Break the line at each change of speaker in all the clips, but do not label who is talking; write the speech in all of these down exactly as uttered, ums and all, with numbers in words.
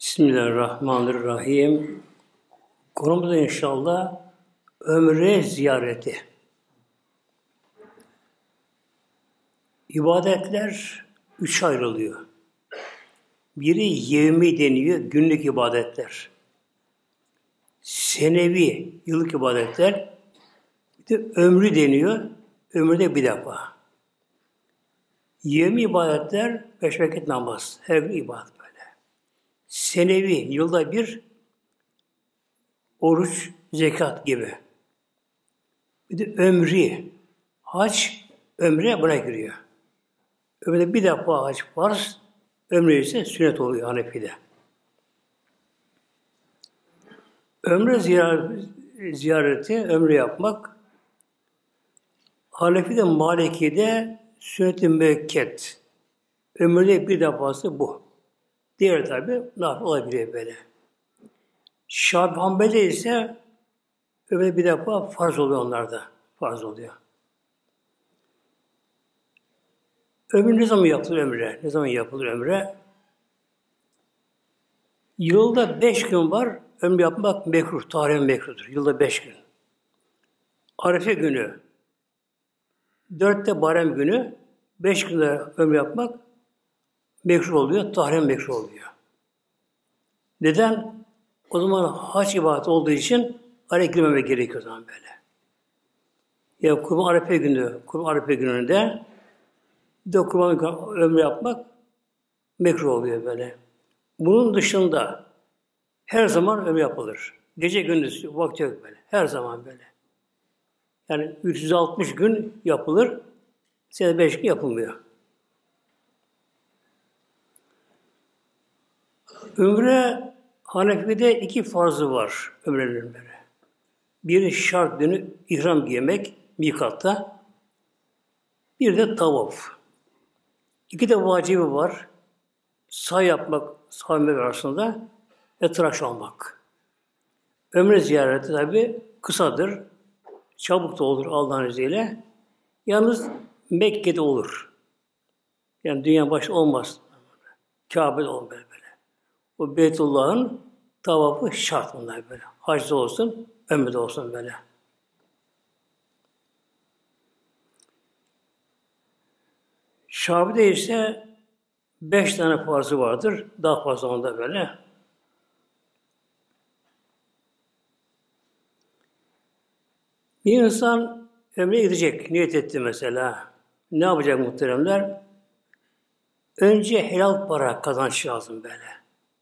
Bismillahirrahmanirrahim. Konumuz da inşallah ömre ziyareti. İbadetler üç ayrılıyor. Biri yevmi deniyor, günlük ibadetler. Senevi, yıllık ibadetler. Bir de ömrü deniyor, ömürde bir defa. Yevmi ibadetler, beş vakit namaz, her gün ibadet böyle. Senevi, yılda bir, oruç, zekat gibi. Bir de ömri, hac, ömre buna giriyor. Ömrde bir defa hac farz, ömrü ise sünnet oluyor Hanefi'de. Ömre ziyaret, ziyareti, ömrü yapmak, Hanefi'de, Maliki'de sünnet-i müekket. Ömürde bir defası bu. Diğer tabi nafile olabilir böyle. Şafii Hanbeli ise ömürde bir defa farz oluyor onlarda. Farz oluyor. Ömür ne zaman yapılır ömre? Ne zaman yapılır ömre? Yılda beş gün var. Ömre yapmak mekruh, tarihen mekruhtur. Yılda beş gün. Arife günü, dörtte Barem günü, beş günde ömre yapmak mekruh oluyor, tarihen mekruh oluyor. Neden? O zaman hac ibadeti olduğu için araya girmemek gerekiyor o zaman böyle. Ya Kurban Arife günü, Kurban Arife gününde bir de kurban ömre yapmak mekruh oluyor böyle. Bunun dışında her zaman ömre yapılır. Gece gündüz vakti yok böyle. Her zaman böyle. Yani üç yüz altmış gün yapılır. Senede beş gün yapılmıyor. Ömre Hanefi'de iki farzı var ömrenin böyle. Biri şart günü ihram giymek mikatta. Bir de tavaf. İki de vacibi var. Sağ yapmak sahibi arasında ve tıraş olmak. Ömre ziyareti tabi kısadır. Çabuk da olur Allah'ın izniyle. Yalnız Mekke'de olur. Yani dünya başı olmaz. Kabe'de olmaz böyle. O Beytullah'ın tavafı şart bunlar böyle. Hacda olsun, ömrede olsun böyle. Şafi'de ise beş tane farzı vardır. Daha fazla onda böyle. Bir insan ömre gidecek, niyet etti mesela. Ne yapacak muhteremler? Önce helal para kazanç lazım böyle.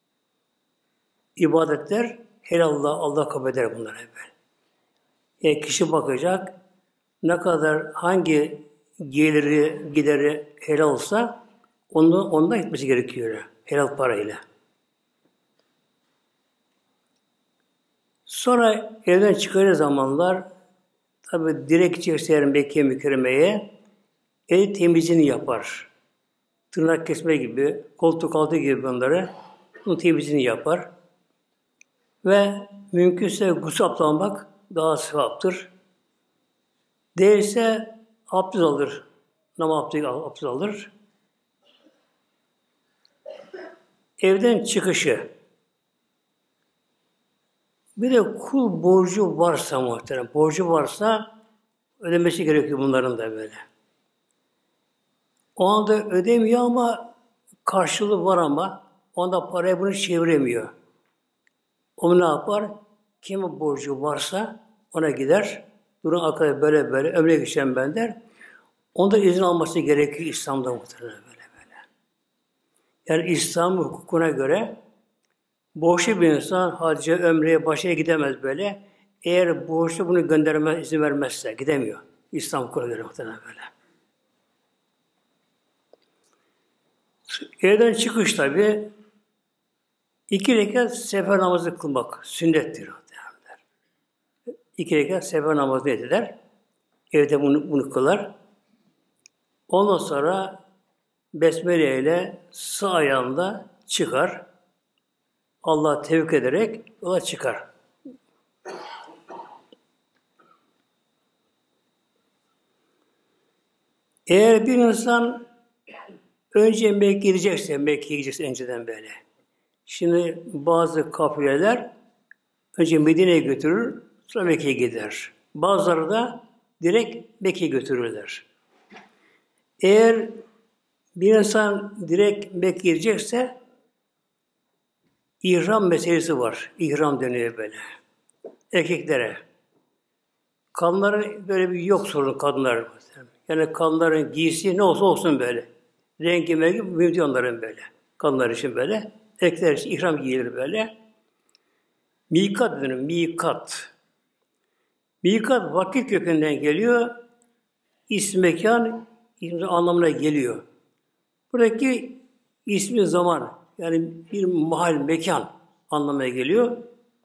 İbadetler helalla Allah kabul eder bunları böyle. Yani kişi bakacak, ne kadar hangi geliri, gideri helal olsa onu, ondan gitmesi gerekiyor. Helal parayla. Sonra evden çıkarı zamanlar tabi direkt çekseler Mekke mükerremeye el temizliğini yapar. Tırnak kesme gibi, koltuk altı gibi bunları bunun temizliğini yapar. Ve mümkünse gusül abdest daha sevaptır. Değilse abdest alır. Namaz abdesti abdest alır. Evden çıkışı. Bir de kul borcu varsa muhtemelen, borcu varsa ödemesi gerekiyor bunların da böyle. O anda ödemiyor ama karşılığı var ama o anda parayı bunu çeviremiyor. O ne yapar? Kimin borcu varsa ona gider. Durun arkadaşlar böyle böyle ömre geçeceğim ben der. Onda izin alması gerekiyor İslam'da muhtemelen böyle böyle. Yani İslam hukukuna göre borçlu bir insan hacca, ömreye, başına gidemez böyle. Eğer borçlu bunu göndermez, izin vermezse gidemiyor. İslam hukukuna göre muhtemelen böyle. Evden çıkış tabi iki rekat sefer namazı kılmak sünnettir. İki rekat sefer namazı eder. Evde bunu, bunu kılar. Ondan sonra besmele ile sağ ayağında çıkar. Allah'a tevkil ederek yola çıkar. Eğer bir insan önce Mekke'ye gidecekse, Mekke'ye gidecekse önceden böyle. Şimdi bazı kafileler önce Medine'ye götürür, sonra Mekke'ye gider. Bazıları da direkt Mekke'ye götürürler. Eğer bir insan direkt Mekke'ye gidecekse ihram meselesi var. İhram deniyor böyle. Erkeklere. Kadınların böyle bir yok sorun kadınlar. Yani kadınların giysi ne olsa olsun böyle. Rengi mengi mühim onların böyle. Kadınlar için böyle. Erkekler için ihram giyilir böyle. Mikat deniyor. Mikat. Mikat vakit kökünden geliyor. İsm mekan ismi anlamına geliyor. Buradaki ismi zaman yani bir mahal, mekan anlamına geliyor.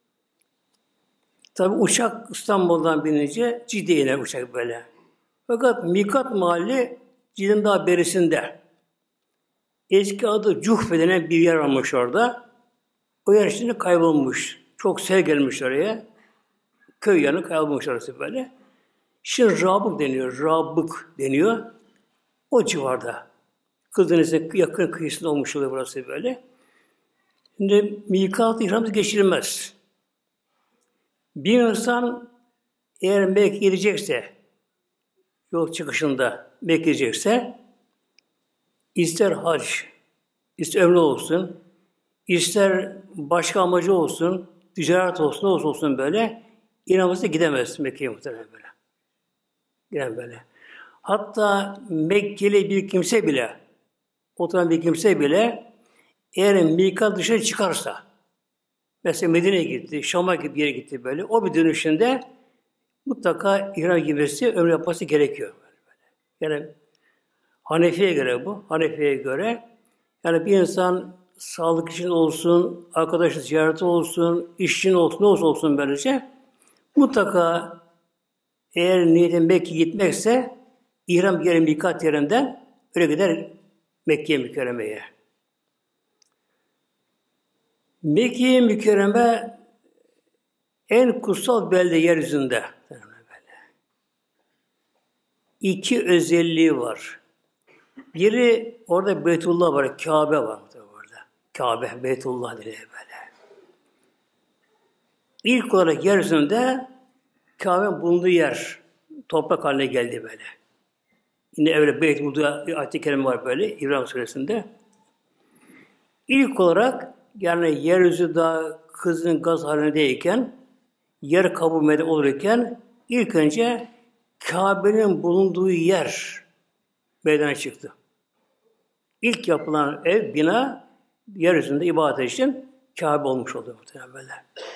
Tabi uçak İstanbul'dan binince Cidde'ye iner uçak böyle. Fakat Mikat mahalli Cidde'nin daha berisinde. Eski adı Cuhfe denen bir yer varmış orada. O yer şimdi kaybolmuş. Çok sel gelmiş oraya. Köy yanı kaybolmuş orası böyle. Şimdi Rabık deniyor, Rabık deniyor. O civarda. Kızdeniz'e yakın kıyısında olmuş oluyor burası böyle. Şimdi mikat-ı ihramı geçirilmez. Bir insan eğer Mekke'ye gidecekse, yol çıkışında Mekke'ye gidecekse, ister hac, ister ömre olsun, ister başka amacı olsun, ticaret olsun, ne olsun olsun böyle, inanması gidemez Mekke'ye muhtemelen böyle. Giden böyle. Hatta Mekkeli bir kimse bile, oturan bir kimse bile, eğer mikat dışarı çıkarsa, mesela Medine'ye gitti, Şam'a gibi bir yere gitti böyle, o bir dönüşünde mutlaka ihram giymesi, ömre yapması gerekiyor. Yani Hanefi'ye göre bu, Hanefi'ye göre yani bir insan sağlık için olsun, arkadaşlık ziyareti olsun, iş için olsun, ne olsun olsun böylece mutlaka eğer niyetin Mekke'ye gitmekse ihram yeri mikat yerinden öyle gider Mekke'ye mükerremeye. Mekke-i Mükerreme en kutsal belde yeryüzünde. İki özelliği var. Biri orada Beytullah var, Kabe var orada. Kabe, Beytullah diye böyle. İlk olarak yeryüzünde Kabe'nin bulunduğu yer toprak haline geldi böyle. Yine öyle Beyt bulduğu ayet-i kerime var böyle İbrahim Suresi'nde. İlk olarak yani yeryüzü daha kızın gaz halindeyken, yer kabul mede olurken ilk önce Kabe'nin bulunduğu yer meydana çıktı. İlk yapılan ev, bina yeryüzünde ibadet için Kabe olmuş oldu muhtemelen böyle.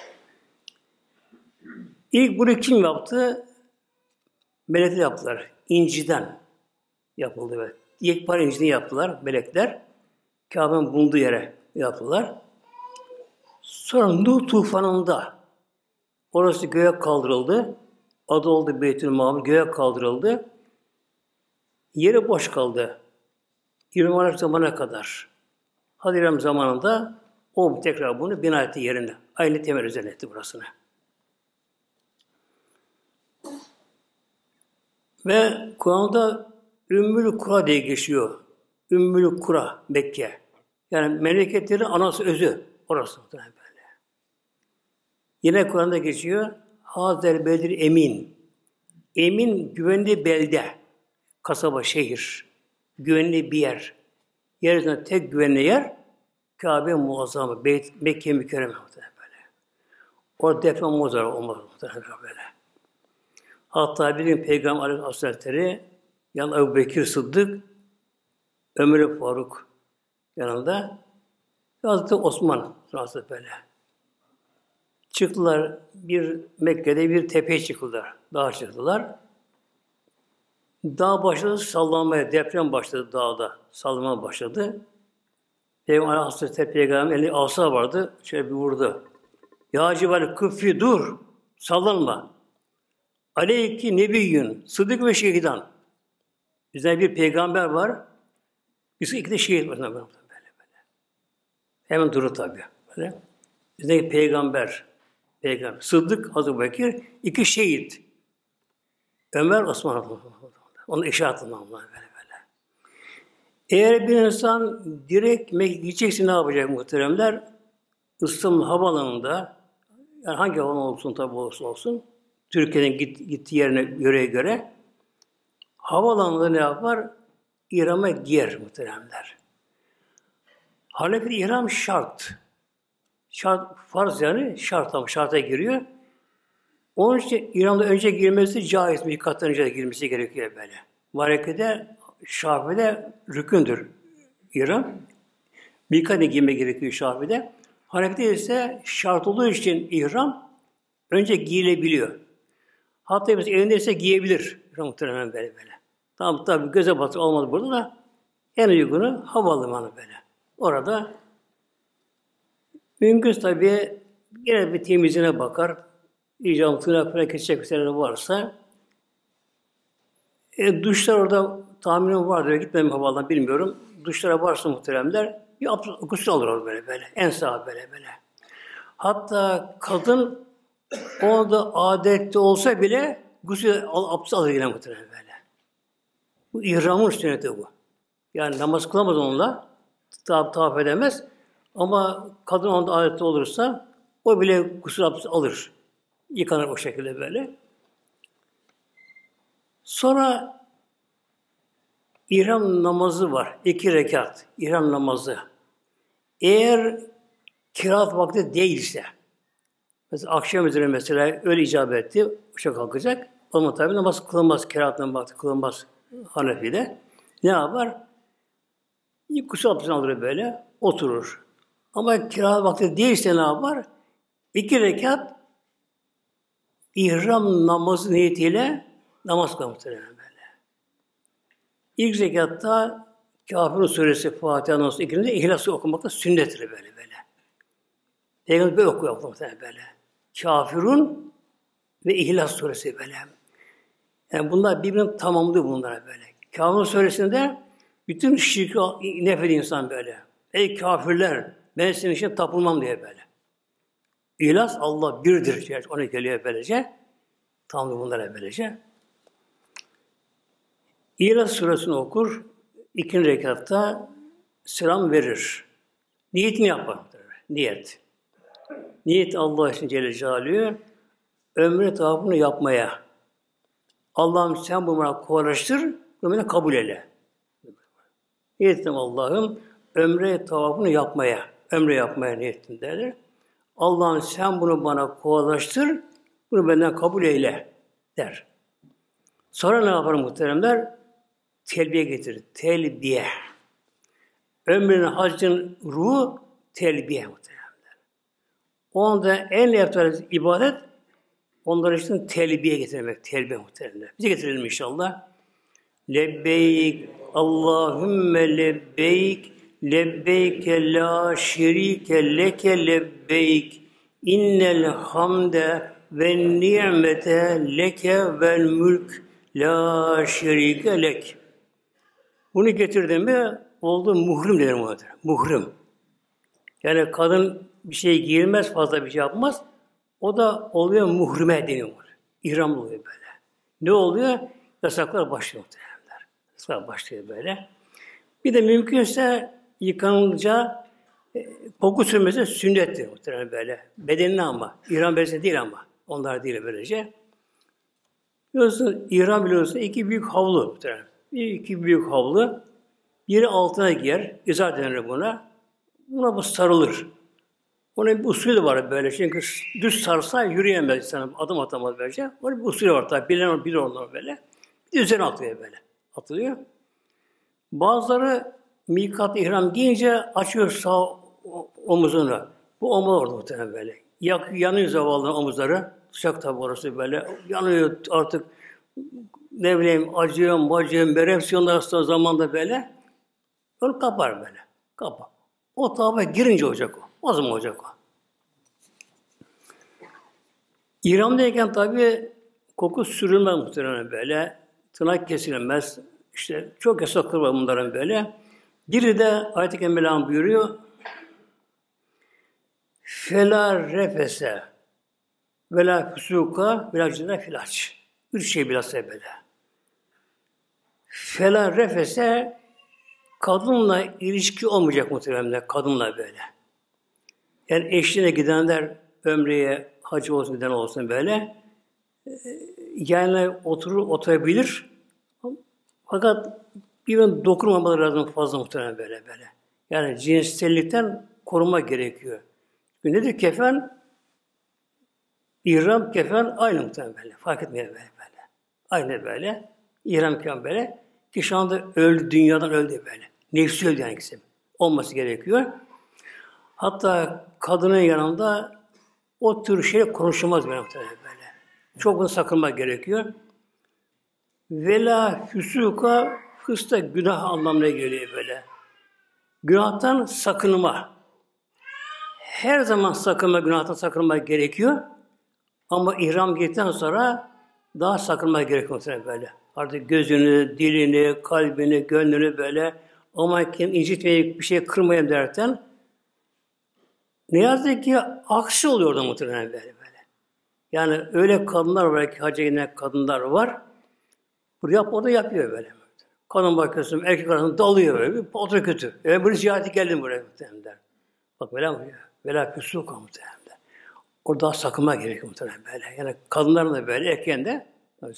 İlk bunu kim yaptı? Melekler yaptılar. İnciden yapıldı böyle. Yekpare inciden yaptılar melekler. Kabe'nin bulunduğu yere yaptılar. Sonra Nuh tufanında orası göğe kaldırıldı. Adı oldu Beytül Mamur, göğe kaldırıldı. Yeri boş kaldı. İrem zamana kadar. Hadirem zamanında o tekrar bunu bina etti yerine. Aynı temel üzerine etti burasını. Ve Kur'an'da Ümmül Kura diye geçiyor. Ümmül Kura, Mekke. Yani memleketlerin anası özü. Orası böyle. Yine Kur'an'da geçiyor. Hazel Bedir Emin. Emin güvenli belde. Kasaba, şehir. Güvenli bir yer. Yeryüzünde tek güvenli yer Kabe muazzamı. Beyt, Mekke mükerreme böyle. Orada deprem muazzam olmaz böyle. Hatta bir gün Peygamber Aleyhisselatü yanında Ebu Bekir Sıddık, Ömer Faruk yanında Hazreti Osman Hazreti böyle. Çıktılar bir Mekke'de bir tepeye çıktılar. Dağa çıktılar. Dağ başladı sallanmaya, deprem başladı dağda. Sallanma başladı. Peygamber Aleyhisselatü Peygamber elinde asa vardı. Şöyle bir vurdu. Ya cibali küffi dur. Sallanma. Aleyki nebiyyün, sıddık ve şehidan. Bizden bir peygamber var. Biz iki de şehit var. Böyle, böyle. Hemen durur tabii. Böyle. Bizden peygamber, peygamber, Sıddık, Hazreti Bekir, iki şehit. Ömer, Osman. Onun eşi hatırlamam böyle böyle. Eğer bir insan direkt Mekke'ye gidecekse ne yapacak muhteremler? İstanbul Havaalanı'nda, yani hangi havaalanı olsun tabi olursa olsun, Türkiye'nin git, gittiği yerine göre göre havaalanında ne yapar? İhrama giyer muhteremler. Hanefi ihram şart. Şart, farz yani şart ama şarta giriyor. Onun için İran'da önce girmesi caiz, mikattan önce de girmesi gerekiyor böyle. Malikide, Şafii'de rükündür İran. Mikat'a girme gerekiyor Şafii'de. Hanefi'de ise şart olduğu için ihram önce giyilebiliyor. Hatta biz elindeyse giyebilir. Muhtemelen böyle böyle. Tamam tabi göze batır olmadı burada da en uygunu havalimanı böyle. Orada mümkün tabi yine bir temizliğine bakar. İcam tırnak falan kesecek bir şeyler varsa e, duşlar orada tahminim vardır. Gitmedim havaalanına bilmiyorum. Duşlara varsa muhteremler bir gusül alır orada böyle böyle. En sağ böyle böyle. Hatta kadın orada adette olsa bile gusül al, abdest alır yine muhterem böyle. Bu ihramın sünneti bu. Yani namaz kılamaz onunla. Tavaf tavaf edemez. Ama kadın onda adette olursa o bile gusül abdest alır. Yıkanır o şekilde böyle. Sonra ihram namazı var. İki rekat. İhram namazı. Eğer kiraat vakti değilse, mesela akşam üzere mesela öyle icabet etti, uçak kalkacak. O zaman tabi namaz kılınmaz, kiraat namazı kılınmaz Hanefi'de. Ne yapar? İlk kusur abdestini alır böyle, oturur. Ama kiraat vakti değilse ne yapar? İki rekat ihram namazı niyetiyle namaz kılmıştır yani böyle. İlk zekatta Kâfirun suresi Fatiha namazı ikisinde İhlas'ı okumak da sünnettir böyle böyle. Peygamber böyle okuyor muhtemelen böyle. Kâfirun ve İhlas suresi böyle. Yani bunlar birbirinin tamamlığı bunlar böyle. Kâfirun suresinde bütün şirki nefret insan böyle. Ey kâfirler, ben senin için tapılmam diye böyle. İhlas Allah birdir. Ona geliyor böylece. Tamamlığı bunlara böylece. İhlas suresini okur. İkinci rekatta selam verir. Niyetini yapar. Niyet. Niyet Allah için Celle Celaluhu ömrüne tavafını yapmaya. Allah'ım sen bunu bana kolaylaştır, bunu bana kabul eyle. Niyetim Allah'ım ömre tavafını yapmaya. Ömre yapmaya niyetim derler. Allah'ım sen bunu bana kolaylaştır, bunu benden kabul eyle der. Sonra ne yapar muhteremler? Telbiye getirir. Telbiye. Ömrünün haccın ruhu telbiye muhteremler. Onda en eftal ibadet onların için telbiye getirmek. Telbiye muhteremler. Bize getirelim inşallah. Lebbeyk Allahümme lebbeyk lebbeyke la şerike leke lebbeyk innel hamde ve nimete leke vel mülk la şerike lek. Bunu getirdim mi oldu muhrim denir muhadır. Muhrim. Yani kadın bir şey giyilmez, fazla bir şey yapmaz. O da oluyor muhrime deniyor. İhram oluyor böyle. Ne oluyor? Yasaklar başlıyor muhtemelenler. Yasaklar başlıyor böyle. Bir de mümkünse yıkanınca e, koku sürmesi sünnettir muhtemelen böyle. Bedenine ama. İhram bedeni değil ama. Onlar değil böylece. Biliyorsun, İhram biliyorsun iki büyük havlu muhtemelen. İki büyük havlu. Biri altına giyer. İzar denir buna. Buna bu sarılır. Onun bir usulü var böyle. Çünkü düz sarsa yürüyemez insan. Adım atamaz böylece. Onun bir usulü var tabi. Bilen bilir onlar böyle. Bir de üzerine atıyor böyle. Atılıyor. Bazıları mikat ihram deyince açıyor sağ omuzunu. Bu omuz orada muhtemelen böyle. Yak, yanıyor zavallı omuzları. Sıcak tabi orası böyle. Yanıyor artık ne bileyim acıyor, macıyor, merepsiyonlar hasta zamanda böyle. Onu kapar böyle. Kapar. O tarafa girince olacak o. O zaman olacak o. İhramdayken tabi koku sürülmez muhtemelen böyle. Tırnak kesilmez. İşte çok yasaklar var bunların böyle. Biri de ayet-i kerime'den buyuruyor. Fela refese ve la fusuka ve la cina filaç. Üç şey bilhassa böyle. Fela refese kadınla ilişki olmayacak muhtemelen kadınla böyle. Yani eşliğine gidenler ömreye, hacı olsun giden olsun böyle. Yani oturur, oturabilir. Fakat birbirine dokunmamaları lazım fazla muhtemelen böyle böyle. Yani cinsellikten korunma gerekiyor. Çünkü nedir kefen? İhram, kefen aynı muhtemelen böyle. Fark etmiyor böyle böyle. Aynı böyle. İhram, kefen böyle. Ki şu anda öldü, dünyadan öldü böyle. Nefsi öldü yani ikisi. Olması gerekiyor. Hatta kadının yanında o tür şey konuşulmaz böyle muhtemelen böyle. Çok bunu sakınmak gerekiyor. Vela füsuka hısta günah anlamına geliyor böyle. Günahtan sakınma. Her zaman sakınma, günahtan sakınma gerekiyor. Ama ihram girdikten sonra daha sakınma gerekiyor böyle. Artık gözünü, dilini, kalbini, gönlünü böyle aman kim incitmeyip bir şey kırmayayım derken ne yazık ki aksi oluyor orada muhtemelen böyle böyle. Yani öyle kadınlar var ki hacca giden kadınlar var. Bunu yap, o da yapıyor böyle. Kadın bakıyorsun, erkek arasında dalıyor böyle. O da kötü. E, bunu ziyarete geldim buraya muhtemelen. Bak böyle mi? Vela küsûk muhtemelen. Orada daha sakınma gerekiyor muhtemelen böyle. Yani kadınların da böyle, erkeğin de.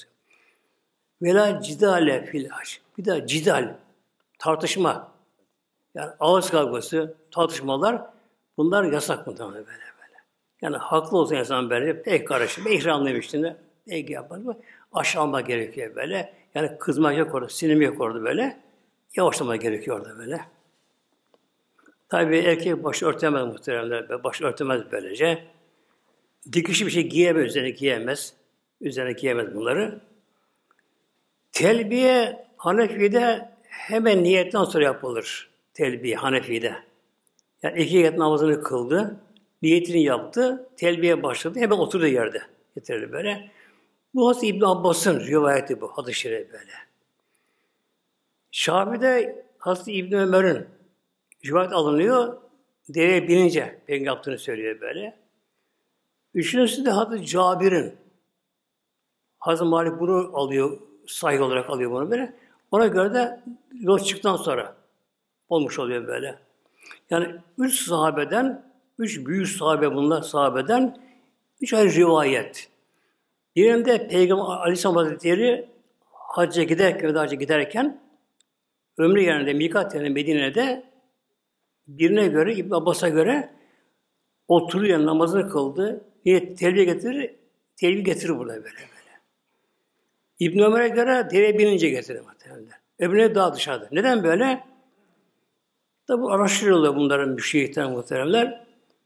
Vela cidale fil hac. Bir de cidal, tartışma. Yani ağız kavgası, tartışmalar, bunlar yasak muhtemelen böyle böyle. Yani haklı olsa insan böyle, pek karışım, ihramlıymış şimdi, pek yapmaz mı? Aşağıma gerekiyor böyle. Yani kızmak yok orada, sinirmi yok orada böyle. Yavaşlama gerekiyor orada böyle. Tabii erkek başı örtemez muhtemelen, başı örtemez böylece. Dikişli bir şey giyemez, üzerine giyemez. Üzerine giyemez bunları. Telbiye Hanefi'de hemen niyetten sonra yapılır. Telbiye Hanefi'de. Yani iki rekat namazını kıldı, niyetini yaptı, telbiye başladı, hemen oturduğu yerde getirir böyle. Bu Hazreti İbn Abbas'ın rivayeti bu, hadis-i şerif böyle. Şafii'de Hazreti İbn Ömer'in rivayet alınıyor, deveye binince peygamber yaptığını söylüyor böyle. Üçüncüsü de Hazreti Cabir'in, Hazreti Malik bunu alıyor, sahih olarak alıyor bunu böyle. Ona göre de yol çıktıktan sonra olmuş oluyor böyle. Yani üç sahabeden, üç büyük sahabe bunlar sahabeden, üç ayrı rivayet. Birinde Peygamber Aleyhisselam Hazretleri hacca giderken, hacca giderken, ömrü yerinde, mikat yerinde Medine'de birine göre, İbn Abbas'a göre oturuyor, namazını kıldı. Niyet telbiye getirir, telbiye getirir burada böyle böyle. İbn Ömer'e göre deve binince getirir muhtemelen. Öbürüne daha dışarıda. Neden böyle? Tabi bu araştırıyorlar bunların müşehitler muhteremler.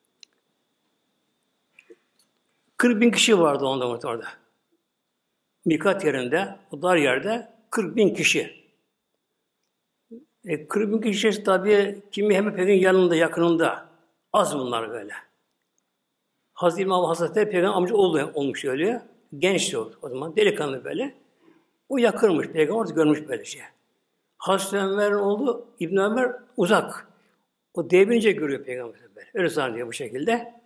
kırk bin kişi vardı onda orada. Mikat yerinde, o dar yerde kırk bin kişi. E, kırk bin kişi tabi kimi hem peygamberin yanında, yakınında. Az bunlar böyle. Hazreti İmam Hazretleri peygamber amca oğlu olmuş öyle. Gençti o, o zaman, delikanlı böyle. O yakınmış, peygamber orada görmüş böylece. Hazreti Ömer'in oğlu İbn Ömer uzak. O devrince görüyor peygamber böyle. Öyle zannediyor bu şekilde.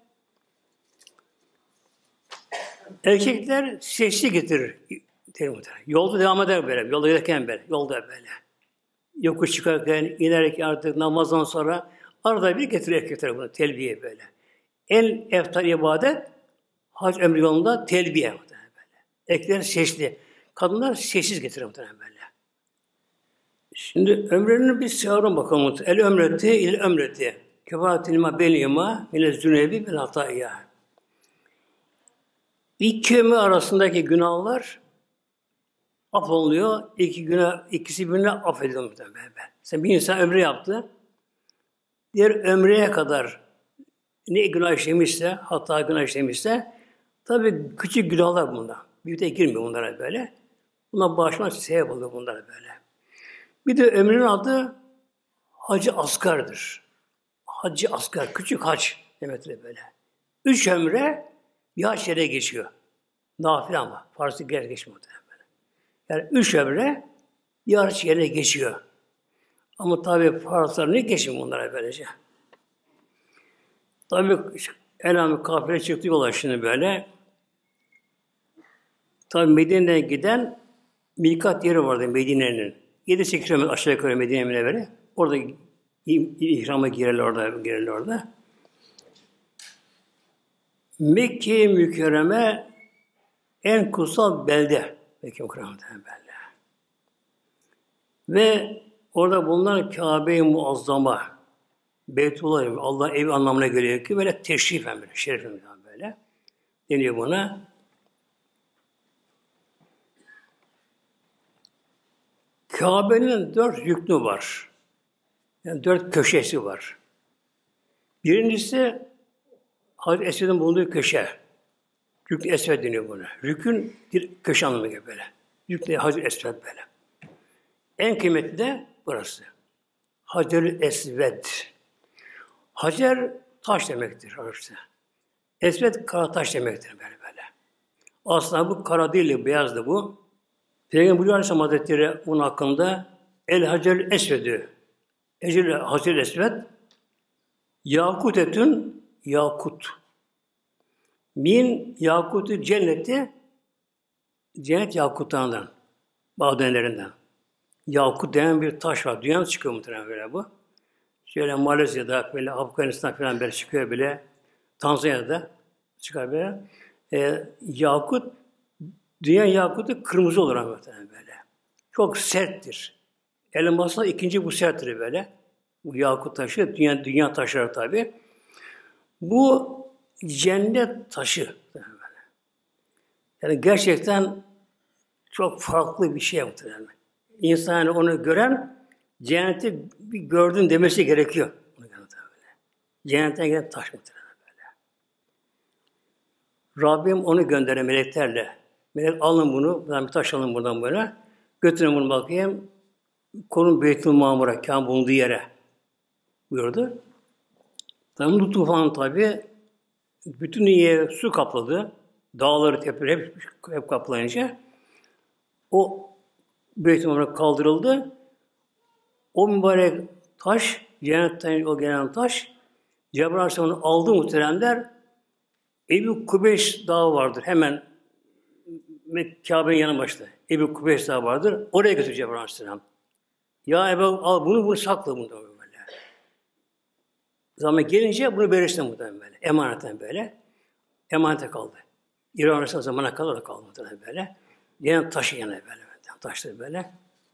Erkekler sesli getirir. Yolda devam eder böyle. Yolda giderken böyle. Yolda böyle. Yokuş çıkarken, inerken artık namazdan sonra arada bir getirir erkekler bunu. Telbiye böyle. En eftal ibadet hac ömrü yolunda telbiye. Böyle. Erkekler sesli. Kadınlar sessiz getirir muhtemelen böyle. Şimdi ömrünün bir sığarına bakalım. El ömreti il ömreti. Kefatil ma belima mine zünebi bil hataya. İki ömür arasındaki günahlar affoluyor. İki günah, ikisi birbirine affediliyor muhtemelen. Sen bir insan ömrü yaptı. Diğer ömreye kadar ne günah işlemişse, hatta günah işlemişse, tabii küçük günahlar bunlar. Büyükte girmiyor bunlara böyle. Bunlar bağışlamak sebep oluyor bunlara böyle. Bir de ömrünün adı Hacı Asgar'dır. Hacı Asgar, küçük hac demektir böyle. Üç ömre bir hac yere geçiyor. Nafile ama, Fars'ta gel geçmiyor böyle. Yani üç ömre bir hac yerine geçiyor. Ama tabii Farslar ne geçmiyor bunlara böylece. Tabii Elhamdülillah kafile çıktı yola şimdi böyle. Tabii Medine'den giden mikat yeri vardı Medine'nin. yedi sekiz kilometre aşağı yukarı Medine Münevvere. Orada ihrama girerler orada, girerler orada. Mekke-i Mükerreme en kutsal belde. Mekke-i Mükerreme belde. Ve orada bulunan Kabe-i Muazzama, Beytullah, Allah'ın evi anlamına geliyor ki böyle teşrifen böyle, şerifin böyle deniyor buna. Kabe'nin dört rüknü var. Yani dört köşesi var. Birincisi Hazreti Esved'in bulunduğu köşe. Rükn-i Esved deniyor buna. Rükün bir köşe anlamına geliyor böyle. Rükn-i Hazreti Esved böyle. En kıymetli de burası. Hacer-i Esved. Hacer taş demektir Arapça. Esved kara taş demektir böyle böyle. Aslında bu kara değil, beyazdı bu. Peygamber buyuruyor Aleyhisselam Hazretleri bunun hakkında El Hacer Esvedü. Ecel Hacer Esved Yakut etün yakut. Min yakutu cenneti cennet yakutlarından, madenlerinden. Yakut denen bir taş var. Dünyanın çıkıyor muhtemelen böyle bu. Şöyle Malezya'da, böyle Afganistan falan böyle çıkıyor bile. Tanzanya'da çıkar böyle. E, yakut, dünya yakutu kırmızı olur muhtemelen böyle. Çok serttir. Elmasla ikinci bu serttir böyle. Bu yakut taşı, dünya, dünya taşları tabi. Bu cennet taşı. Yani gerçekten çok farklı bir şey muhtemelen. İnsan onu gören cenneti bir gördün demesi gerekiyor. Cennetten gelen taş muhtemelen böyle. Rabbim onu gönderen meleklerle. Melek alın bunu, ben bir taş alın buradan böyle. Götürün bunu bakayım. Konun Beytül Mamur'a, Kâb bulunduğu yere buyurdu. Tabi tufan tabi bütün yere su kapladı. Dağları, tepeleri hep, hep kaplayınca o Beytül Mamur'a kaldırıldı. O mübarek taş, cennetten o gelen taş, Cebrail Aleyhisselam'ın aldığı muhteremler Ebu Kubeys Dağı vardır. Hemen Kabe'nin yanı başında. Ebu Kubeys Dağı vardır. Oraya götürecek Cebrail Aleyhisselam. Ya Ebu al bunu, bunu sakla bunu böyle. Zaman gelince bunu verirsin muhtemelen böyle. Emaneten böyle. Emanete kaldı. İran Aleyhisselam zamana kadar da kaldı muhtemelen böyle. Yine taşı yanı böyle. Taşları böyle.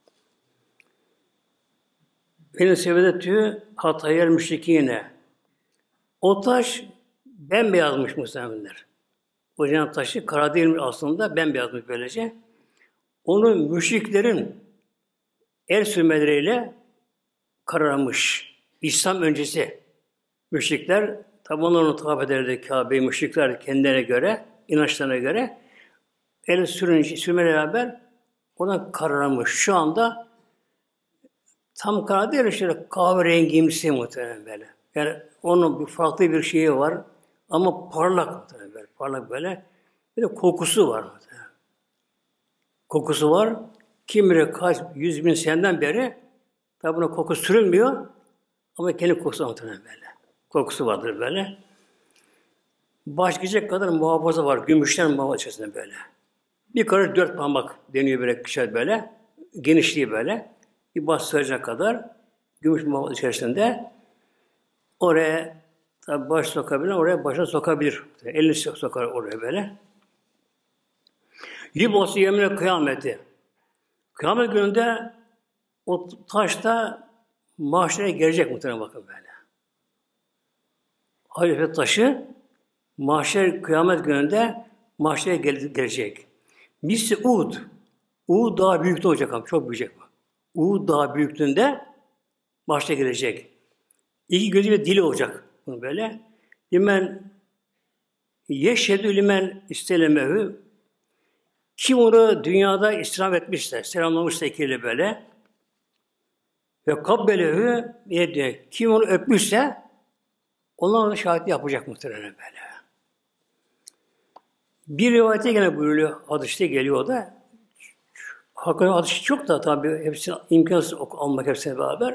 Benim sebedetü hatayel müşrikine. O taş bembeyazmış muhtemelenler. O cennet taşı kara değilmiş aslında, bembeyazmış böylece. Onu müşriklerin el sürmeleriyle kararmış. İslam öncesi müşrikler tabi onu takip ederdi Kabe'yi müşrikler kendilerine göre, inançlarına göre el sürünce, sürmeyle beraber oradan kararmış. Şu anda tam kara değil, şöyle kahverengimsi muhtemelen böyle. Yani onun bir farklı bir şeyi var ama parlak muhtemelen böyle. Parlak böyle. Bir de kokusu var muhtemelen. Kokusu var. Kim bilir kaç yüz bin seneden beri tabi buna koku sürülmüyor ama kendi kokusu muhtemelen böyle. Kokusu vardır böyle. Başlayacak kadar muhafaza var. Gümüşten muhafaza içerisinde böyle. Bir karış dört parmak deniyor böyle kişi böyle. Genişliği böyle. Bir bastıracak kadar gümüş muhafaza içerisinde oraya tabi baş sokabilir, oraya başına sokabilir. Elini sokar oraya böyle. Libos yemine kıyameti. Kıyamet gününde o taşta mahşere gelecek muhtemelen bakın böyle. Halifet taşı mahşer kıyamet gününde mahşere gelecek. Misli Uhud. Uhud daha büyüklüğünde olacak ama çok büyüyecek bu. Uhud daha büyüklüğünde mahşere gelecek. İki gözü ve dili olacak bunu böyle. Limen yeşhedü limen istelemehu. Kim onu dünyada istirham etmişse, selamlamışsa ikiyle böyle ve kabbelehu diye kim onu öpmüşse onlar ona şahit yapacak muhtemelen böyle. Bir rivayete gene buyuruyor, hadiste geliyor o da. Hakikaten hadisi çok da tabii hepsini imkansız almak hepsine beraber.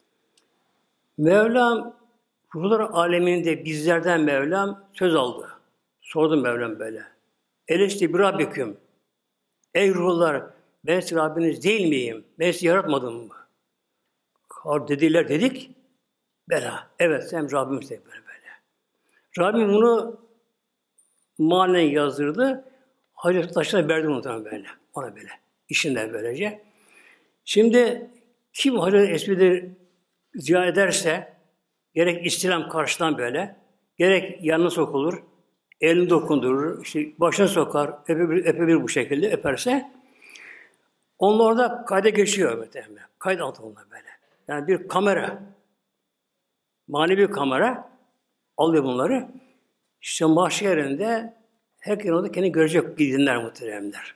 Mevlam ruhlar aleminde bizlerden Mevlam söz aldı. Sordu Mevlam böyle. Eleşti bir Rabbiküm. Ey ruhlar, ben size Rabbiniz değil miyim? Ben sizi yaratmadım mı? Dediler dedik. Bela. Evet sen Rabbimiz de böyle böyle. Rabbim bunu manen yazdırdı. Hazreti taşına verdi muhtemelen böyle. Ona böyle. İşinden böylece. Şimdi kim Hazreti Esved'i ziyaret ederse gerek istilam karşıdan böyle, gerek yanına sokulur, elini dokundurur, işte başına sokar, öpebilir, öpebilir bu şekilde öperse onlar orada kayda geçiyor muhtemelen. Kayıt altında böyle. Yani bir kamera, manevi kamera alıyor bunları. İşte mahşerinde herkes orada kendini görecek gidinler muhteremler.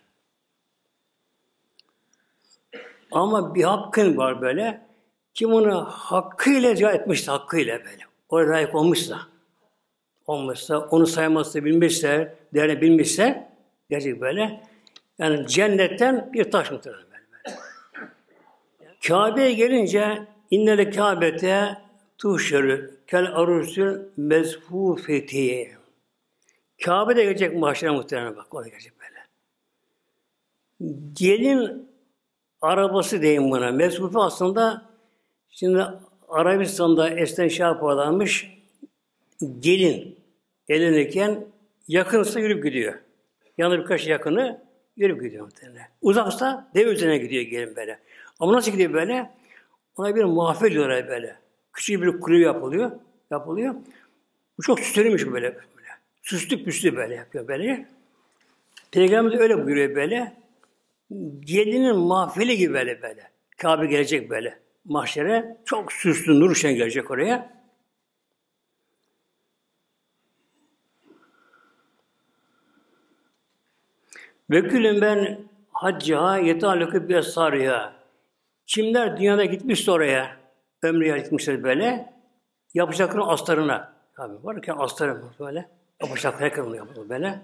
Ama bir hakkın var böyle. Kim onu hakkıyla icra etmişse, hakkıyla böyle. Oraya layık olmuşsa, olmuşsa, onu sayması bilmişse, değerini bilmişse, gerçek böyle. Yani cennetten bir taş muhtemelen böyle. böyle. Kabe'ye gelince innele Kabe'te tuşarı kel arusül mezfufeti. Kabe'de gelecek mahşere muhtemelen bak, oraya gelecek böyle. Gelin arabası diyeyim buna. Mezfufe aslında şimdi Arabistan'da eskiden şey yaparlarmış, gelin elinirken yakınsa yürüp gidiyor. Yanında birkaç yakını yürüp gidiyor muhtemelen. Uzaksa dev üzerine gidiyor gelin böyle. Ama nasıl gidiyor böyle? Ona bir mahfil diyorlar böyle. Küçük bir kulübe yapılıyor. Yapılıyor. Bu çok süslüymüş böyle. böyle. Süslü püslü böyle yapıyor böyle. Peygamber de öyle buyuruyor böyle. Gelinin mahfili gibi böyle böyle. Kabe gelecek böyle. Mahşere çok süslü nur ışığına gelecek oraya. Vekülüm ben haccaha yetallıkı bir sarıya. Kimler dünyada gitmişse oraya, ömrüye gitmişler böyle, yapacakların astarına. Tabii var ki astarı böyle, yapacaklar yakın yapılır böyle.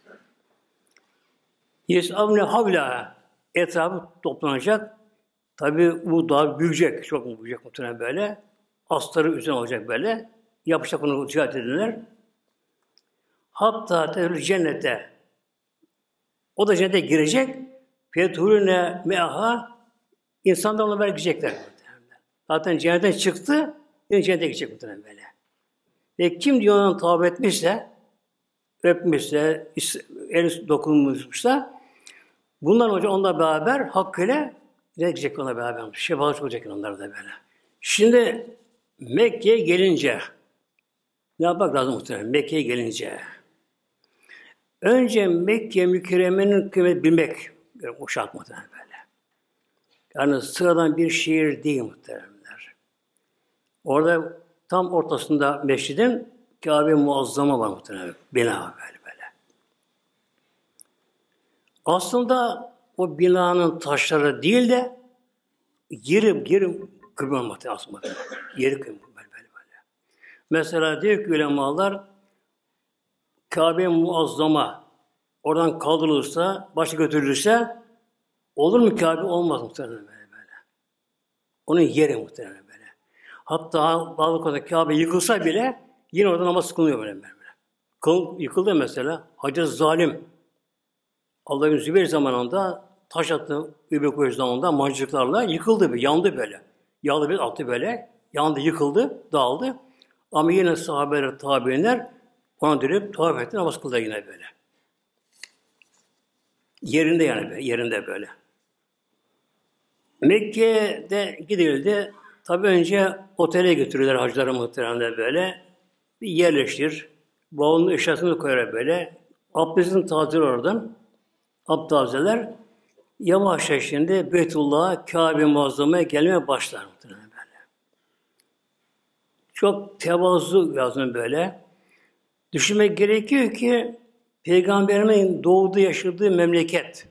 Yesavne havla, etrafı toplanacak. Tabii bu daha büyüyecek, çok mu büyüyecek muhtemelen böyle. Astarı üzerine olacak böyle. Yapacak onu ziyaret edilirler. Hatta tehül cennete. O da cennete girecek. Fethulüne meaha. İnsanlar ona böyle gidecekler. Zaten cennetten çıktı, yine cennete gidecek muhtemelen böyle. Ve kim diyor ona tavaf etmişse, öpmüşse, el dokunmuşsa, bunlar hoca onunla beraber hakkıyla gidecek onunla beraber. Şefaat olacak onlar da böyle. Şimdi Mekke'ye gelince ne yapmak lazım muhtemelen? Mekke'ye gelince. Önce Mekke mükerremenin kıymetini bilmek. Uşak muhtemelen böyle. Yani sıradan bir şehir değil muhteremler. Orada tam ortasında mescidin Kâbe-i Muazzama var muhtemelen. Bina böyle böyle. Aslında o binanın taşları değil de yeri, yeri kırmızı muhtemelen aslında. Yeri kırmızı böyle böyle böyle. Mesela diyor ki ulemalar Kâbe-i Muazzama oradan kaldırılırsa, başa götürülürse olur mu Kâbe? Olmaz muhtemelen böyle böyle. Onun yeri muhtemelen böyle. Hatta bazı konuda Kâbe yıkılsa bile yine orada namaz kılınıyor böyle böyle. Kıl, yıkıldı mesela. Hacı Zalim Allah'ın Zübeyir zamanında taş attı Übeykoy zamanında mancınıklarla yıkıldı, yandı böyle. Yağlı bir attı böyle. Yandı, yıkıldı, dağıldı. Ama yine sahabeler, tabiinler ona dönüp tavaf etti, namaz kıldı yine böyle. Yerinde yani böyle, yerinde böyle. Mekke'de gidildi. Tabi önce otele götürürler hacıları muhtemelen böyle. Bir yerleştir. Bavulun eşyasını koyar böyle. Abdestini tazeler oradan. Abdestazeler. Yavaşça şimdi Beytullah'a, Kâbe-i Muazzama'ya gelmeye başlar muhtemelen böyle. Çok tevazu lazım böyle. Düşünmek gerekiyor ki Peygamberimin doğduğu, yaşadığı memleket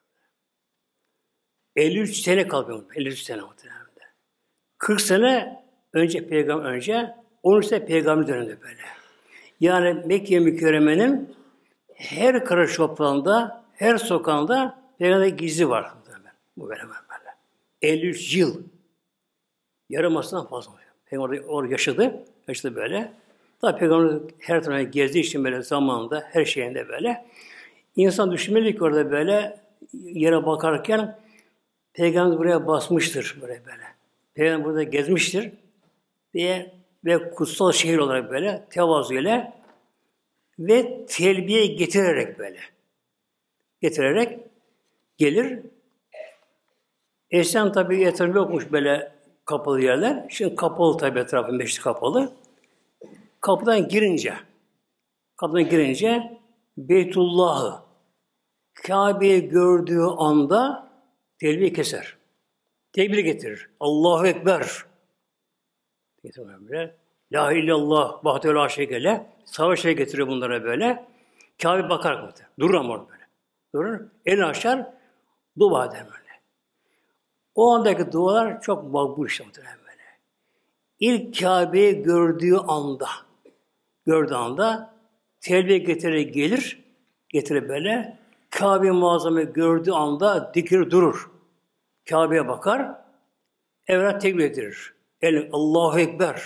elli üç sene kalıyor. elli üç sene muhtemelen. kırk sene önce peygamber önce, on üç sene peygamber döneminde böyle. Yani Mekke mükerremenin her karış toprağında, her sokağında peygamber gizli var. Bu böyle böyle. elli üç yıl. Yarım asırdan fazla. Peygamber orada yaşadı. Yaşadı böyle. Tabi peygamber her tarafına gezdiği için böyle zamanında, her şeyinde böyle. İnsan düşünmeli ki orada böyle yere bakarken peygamber buraya basmıştır böyle böyle. Peygamber burada gezmiştir diye ve kutsal şehir olarak böyle tevazu ile ve telbiye getirerek böyle. Getirerek gelir. Eskiden tabii etrafı yokmuş böyle kapalı yerler. Şimdi kapalı tabii etrafı, meşri kapalı. Kapıdan girince, kapıdan girince Beytullah'ı, Kabe'yi gördüğü anda telbiye keser. Tekbir getirir. Allahu Ekber. Getirir böyle. La ilahe illallah, vahdehü la şerike leh. Savaş şey getiriyor bunlara böyle. Kabe bakar böyle. Durur ama orada böyle. Durur. Elini açar. Dua eder böyle. O andaki dualar çok makbul işte böyle. İlk Kabe'yi gördüğü anda, gördüğü anda telbiye getirerek gelir. Getirir böyle. Kabe-i Muazzama'yı gördüğü anda dikir durur. Kabe'ye bakar. Evlat tekbir ettirir. El Allahu Ekber.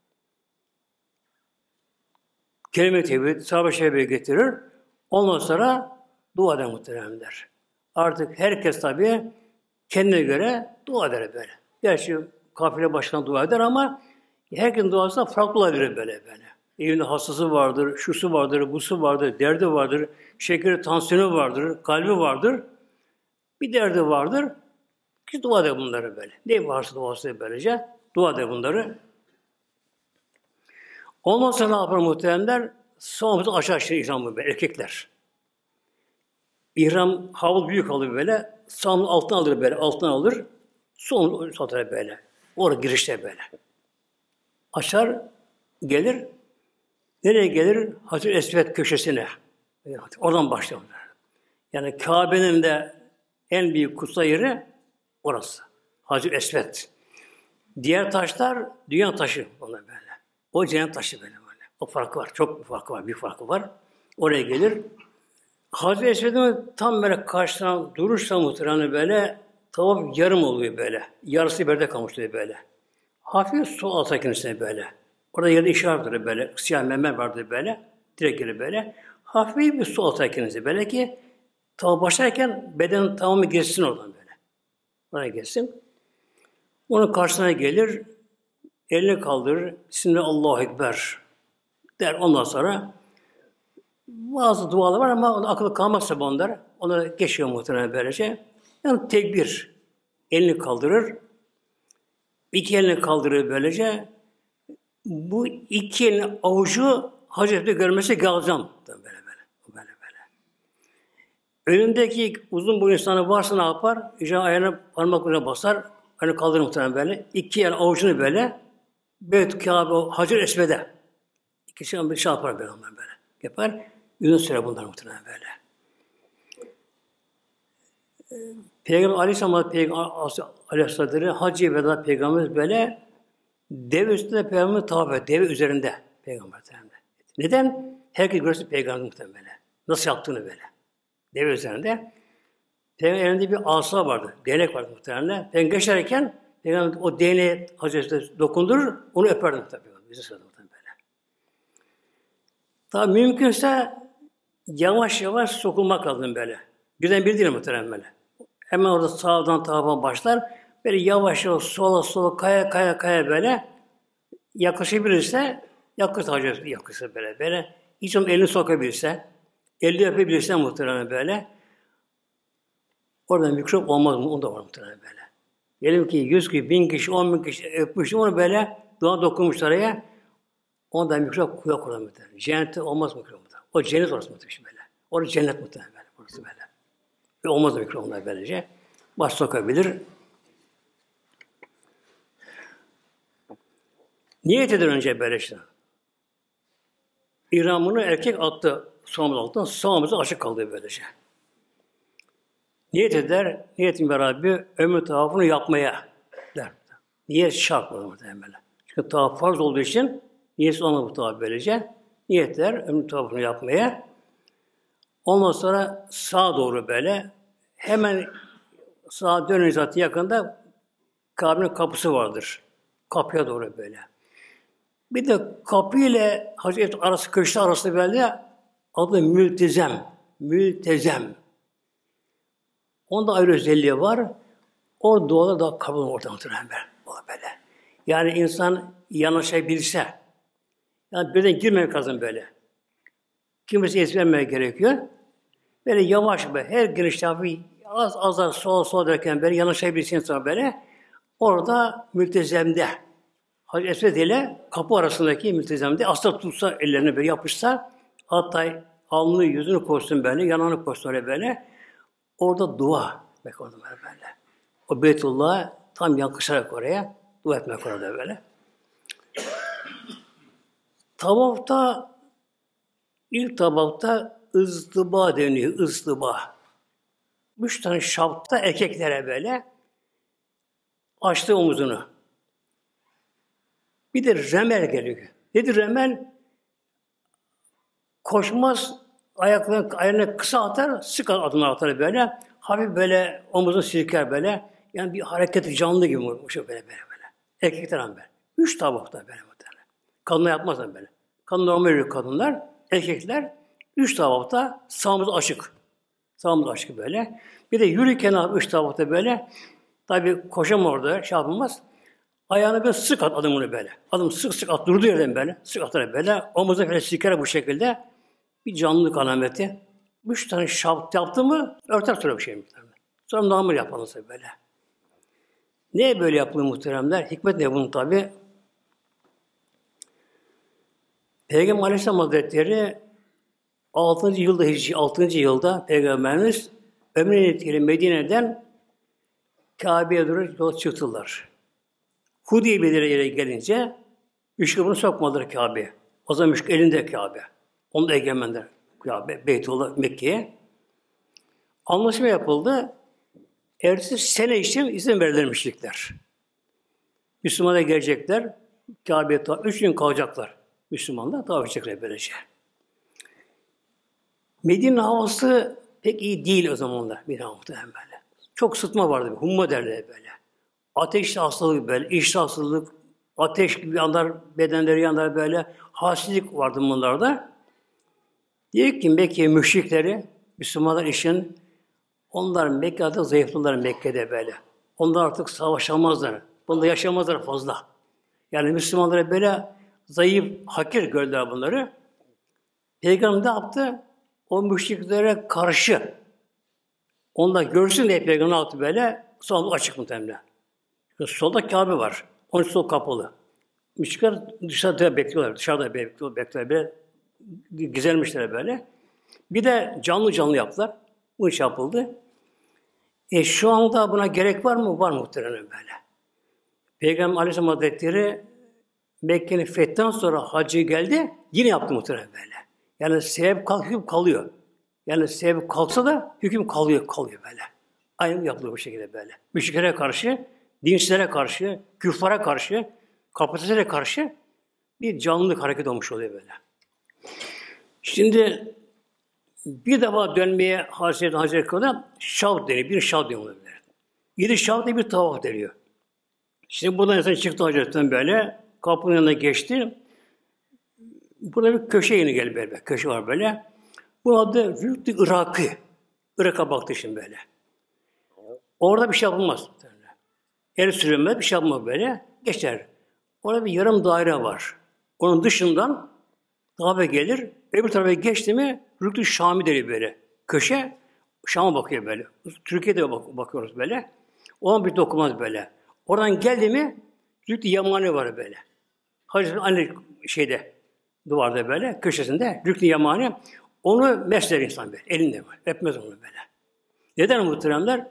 Kelime-i tevhid, sahabe şebeyi getirir. Ondan sonra dua eder muhteremler. Artık herkes tabii kendine göre dua eder böyle. Gerçi kafile başkan dua eder ama herkesin duası da farklı olabilir böyle böyle. Evinde hastası vardır, şusu vardır, busu vardır, derdi vardır, şekeri, tansiyonu vardır, kalbi vardır. Bir derdi vardır. Ki dua eder bunları böyle. Ne varsa duası böylece. Dua eder bunları. Ondan sonra ne yapar muhteremler? Sonumuzu açar şimdi ihramı böyle, erkekler. İhram havlu büyük alır böyle. Sağını altına alır böyle, altına alır. Sonunu satar böyle. Orada girişte böyle. Açar, gelir. Nereye gelir? Hacer-i Esved köşesine. Oradan başlar. Yani Kabe'nin de en büyük kutsal yeri orası. Hacer-i Esved. Diğer taşlar dünya taşı onlar böyle. O cennet taşı böyle böyle. O farkı var. Çok bir farkı var. Bir farkı var. Oraya gelir. Hacer-i Esved'in tam böyle karşısına durursa muhtemelen böyle tavaf yarım oluyor böyle. Yarısı berde kalmış oluyor böyle. Hafif sol alta kendisine böyle. Orada yerde işaret vardır böyle. Siyah mermer vardır böyle. Direkt gelir böyle. Hafif bir sol alta kendisi böyle ki tavaf başlarken beden tamamı geçsin oradan böyle. Oraya geçsin. Onun karşısına gelir. Elini kaldırır. Bismillah Allahu Ekber der. Ondan sonra bazı dualar var ama akıllı kalmazsa onlar. Ona geçiyor muhtemelen böylece. Yani tekbir. Elini kaldırır. İki elini kaldırır böylece. Bu iki elin avucu Hazreti görmesi galzam. Böyle böyle. Böyle böyle. Önündeki uzun boylu insanı varsa ne yapar? İşte ayağını parmaklarına basar. Ayağını kaldırır muhtemelen böyle. İki el avucunu böyle. Beyt Kâbe Hacer-i Esved'e. İki şey bir şey yapar böyle onlar böyle. Yapar. Uzun süre bunlar muhtemelen böyle. Peygamber Aleyhisselam Peygamber Aleyhisselatü Hacı Veda Peygamberimiz böyle deve üstünde Peygamber tavaf et. Deve üzerinde Peygamber muhtemelen. Neden? Herkes görsün Peygamber muhtemelen böyle. Nasıl yaptığını böyle. Deve üzerinde. Peygamber elinde bir asa vardı. Değnek vardı muhtemelen. Peygamber geçerken Peygamber o değneğe Hazreti dokundurur, onu öperdim tabii. Bizi sırada muhtemelen böyle. Tabii mümkünse yavaş yavaş sokulmak lazım böyle. Birden bir değil muhtemelen böyle. Hemen orada sağdan tarafa başlar. Böyle yavaş yavaş sola sola kaya kaya kaya böyle yaklaşabilirse yaklaşır Hazreti yaklaşır böyle böyle. Hiç onun elini sokabilirse, elini öpebilirse muhtemelen böyle. Orada mikrop olmaz mı? Onu da var muhtemelen böyle. Diyelim ki yüz kişi, bin kişi, on bin kişi öpmüş, onu böyle dua dokunmuş araya. Onda mikrop kuyak olan muhtemelen. Cennette olmaz mikrop muhtemelen. O cennet orası muhtemelen böyle. Orası cennet muhtemelen böyle. Orası böyle. Ve olmaz da mikrop onlar böylece. Baş sokabilir. Niyet eder önce böyle işte. İhramını erkek attı sağımız altından, sağımızı açık kaldı böylece. Niyet eder, niyetin beraber ömür tavafını yapmaya der. Niyet şart olur muhtemelen. Çünkü tavaf farz olduğu için niyetsiz olmaz bu tavaf böylece. Niyet eder, ömür tavafını yapmaya. Ondan sonra sağa doğru böyle, hemen sağa dönünce zaten yakında Kabe'nin kapısı vardır. Kapıya doğru böyle. Bir de kapı ile Hazreti arası, köşe arası böyle adı mültezem. Mültezem. Onda ayrı özelliği var. O dualar da kabul olur orada muhtemelen böyle. Yani insan yanaşabilse, yani birden girmemek lazım böyle. Kimisi ezberlemeye gerekiyor. Böyle yavaş böyle her girişte hafif az az az sola sola derken böyle yanaşabilirsiniz sonra böyle. Orada mültezemde Hazreti Esved ile kapı arasındaki mültezemde asla tutsa ellerini böyle yapışsa hatta alnını yüzünü koysun böyle yanağını koysun öyle böyle. Orada dua etmek orada böyle. O Beytullah'a tam yakışarak oraya dua etmek orada böyle. Tavafta ilk tavafta ızdıba deniyor, ızdıba. Üç tane şapta erkeklere böyle açtı omuzunu. Bir de remel geliyor. Nedir remel? Koşmaz, ayaklarını, ayağını kısa atar, sık adımlar atar böyle. Hafif böyle omuzunu silker böyle. Yani bir hareket canlı gibi olmuş böyle böyle böyle. Erkekler ama böyle. Üç tavafta böyle muhtemelen. Kadınlar yapmazlar böyle. Kadın normal yürüyor kadınlar. Erkekler üç tavafta sağımız açık. Sağımız açık böyle. Bir de yürürken abi üç tavafta böyle. Tabii koşam orada şey yapılmaz. Ayağını böyle sık at adımını böyle. Adım sık sık at durduğu yerden böyle. Sık atar böyle. Omuza böyle siker bu şekilde. Bir canlılık alameti. Üç tane şaft yaptı mı örter sonra bir şey. Sonra namur yapalımsa böyle. Niye böyle yapılır muhteremler? Hikmet ne bunun tabi? Peygamber Aleyhisselam Hazretleri altıncı yılda Hicri altıncı yılda Peygamberimiz Ömr'ün Medine'den Kabe'ye doğru yola çıktılar. Hudeybiye'lere yere gelince müşrikleri sokmadılar Kabe'ye. O zaman müşrik elinde Kabe. Onu da egemenler Kabe, Beytullah, Mekke'ye. Anlaşma yapıldı. Ertesi sene için izin verirler müşrikler. Müslümanlar gelecekler. Kabe'ye üç gün kalacaklar. Müslümanlar tavaf edecekler böylece. Medine havası pek iyi değil o zamanlar. Bir muhtemelen böyle. Çok sıtma vardı. Humma derler böyle. Ateşli hastalık böyle, iştah hastalık, ateş gibi yanlar, bedenleri yanlar böyle, halsizlik vardı bunlarda. Diyor ki Mekke müşrikleri, Müslümanlar için, onlar Mekke'de zayıflılar Mekke'de böyle. Onlar artık savaşamazlar. Bunda yaşamazlar fazla. Yani Müslümanlara böyle zayıf, hakir gördüler bunları. Peygamber ne yaptı? O müşriklere karşı. Onlar görsün diye Peygamber ne yaptı böyle? Sonra açık muhtemelen. Solda Kabe var. Onun sol kapalı. Müşrikler dışarıda bekliyorlar. Dışarıda bekliyorlar. bekliyorlar. Böyle gizlenmişler böyle. Bir de canlı canlı yaptılar. Bu iş yapıldı. E şu anda buna gerek var mı? Var muhtemelen böyle. Peygamber Aleyhisselam Hazretleri Mekke'nin fethinden sonra hacı geldi. Yine yaptı muhtemelen böyle. Yani sebep kalk, hüküm kalıyor. Yani sebep kalksa da hüküm kalıyor, kalıyor böyle. Aynı yapılıyor bu şekilde böyle. Müşriklere karşı, dinsizlere karşı, küffara karşı, kapasitelere karşı bir canlılık hareket olmuş oluyor böyle. Şimdi bir defa dönmeye Hazreti Hazreti kadar şavt deniyor. Bir şavt deniyor. Yedi şavt diye bir tavaf deniyor. Şimdi buradan insan çıktı Hazretleri'nden böyle. Kapının yanına geçti. Burada bir köşe yeni geldi böyle. Köşe var böyle. Bu adı Rüktü Irak'ı. Irak'a baktı şimdi böyle. Orada bir şey yapılmaz. El sürülmez, bir şey yapılmaz böyle. Geçer. Orada bir yarım daire var. Onun dışından Kabe gelir. Öbür tarafa geçti mi Rüktü Şam'i deniyor böyle. Köşe Şam'a bakıyor böyle. Türkiye'de bak bakıyoruz böyle. Ona bir dokunmaz böyle. Oradan geldi mi Rüktü Yamani var böyle. Hazreti anne şeyde duvarda böyle köşesinde Rükn-i Yamani onu mesler insan böyle elinde var. Öpmez onu böyle. Neden muhteremler?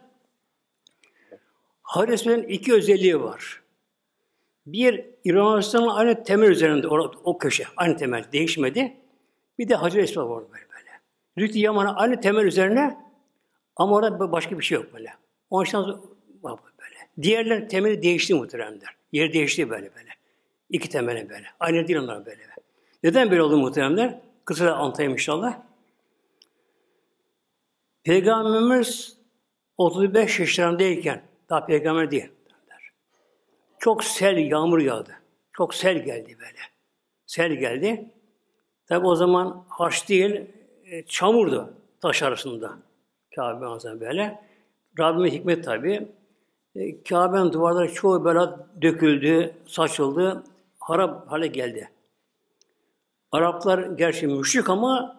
Hazreti iki özelliği var. Bir İran aynı temel üzerinde o, o köşe aynı temel değişmedi. Bir de Hacı Esma var böyle böyle. Rükn-i Yamani aynı temel üzerine ama orada başka bir şey yok böyle. Onun için böyle. Diğerler temeli değişti muhteremler. Yer değişti böyle böyle. İki temeli böyle. Aynı değil onlar böyle. Neden böyle oldu muhteremler? Kısaca anlatayım inşallah. Peygamberimiz otuz beş yaşlarındayken, daha peygamber değil. Çok sel, yağmur yağdı. Çok sel geldi böyle. Sel geldi. Tabi o zaman haş değil, çamurdu taş arasında. Kabe manzara böyle. Rabbimin hikmet tabi. Kabe'nin duvarları çoğu böyle döküldü, saçıldı, harap hale geldi. Araplar gerçi müşrik ama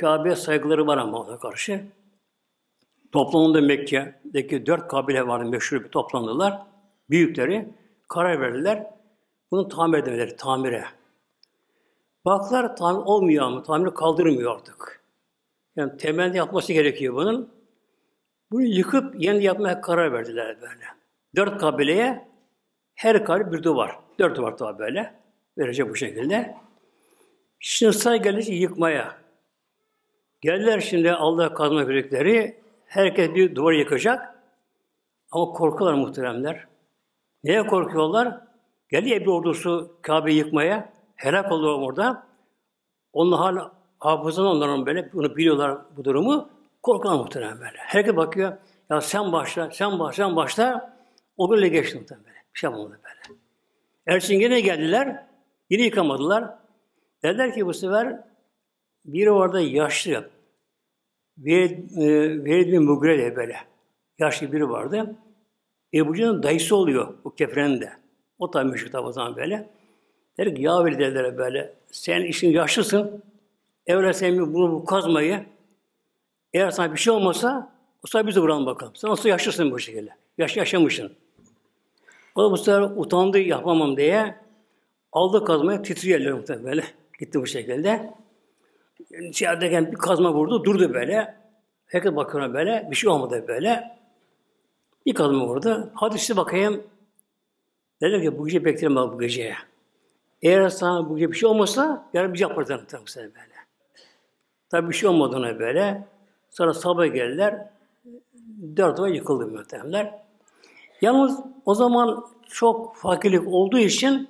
Kabe'ye saygıları var ama ona karşı. Toplamında Mekke'deki dört kabile vardı, meşhur bir toplandılar. Büyükleri karar verdiler. Bunu tamir edemeleri, tamire. Baklar tamir olmuyor ama tamiri kaldırmıyor artık. Yani temelde yapması gerekiyor bunun. Bunu yıkıp yeni yapmaya karar verdiler böyle. Dört kabileye her kabile bir duvar. Dört duvar tabi böyle. Verecek bu şekilde. Şimdi sıra gelecek yıkmaya. Geldiler şimdi Allah kazma yürekleri. Herkes bir duvar yıkacak. Ama korkuyorlar muhteremler. Neye korkuyorlar? Geldi Ebru ordusu Kabe'yi yıkmaya. Helak oldu orada. Onun hala hafızan onların böyle. Bunu biliyorlar bu durumu. Korkuyorlar muhterem böyle. Herkes bakıyor. Ya sen başla, sen başla, sen başla. O böyle geçti muhterem böyle. Bir şey yapamadı böyle. Erçin gene geldiler. Yine yıkamadılar. Dediler ki bu sefer biri orada yaşlı. Velid, e, Velid bin Mugire diye böyle. Yaşlı biri vardı. Ebu Cehil'in dayısı oluyor bu kefrenin de. O tabi müşrik tabi o zaman böyle. Der ki ya Velid dediler böyle. Sen işin yaşlısın. Evvel sen bunu bu kazmayı eğer sana bir şey olmasa o zaman bizi vuralım bakalım. Sen nasıl yaşlısın bu şekilde. Yaş yaşamışsın. O da bu sefer utandı yapamam diye aldı kazmayı titriyor elleri muhtemelen böyle. Gitti bu şekilde. Yani içerideyken bir kazma vurdu, durdu böyle. Herkes bakıyor böyle, bir şey olmadı böyle. Bir kazma vurdu. Hadi size bakayım. Dediler ki bu gece bekleyelim bu geceye. Eğer sana bu gece bir şey olmasa yarın biz yaparız muhtemelen böyle. Tabii bir şey olmadığına böyle. Sonra sabah geldiler. Dört ay yıkıldı muhtemelen. Yalnız o zaman çok fakirlik olduğu için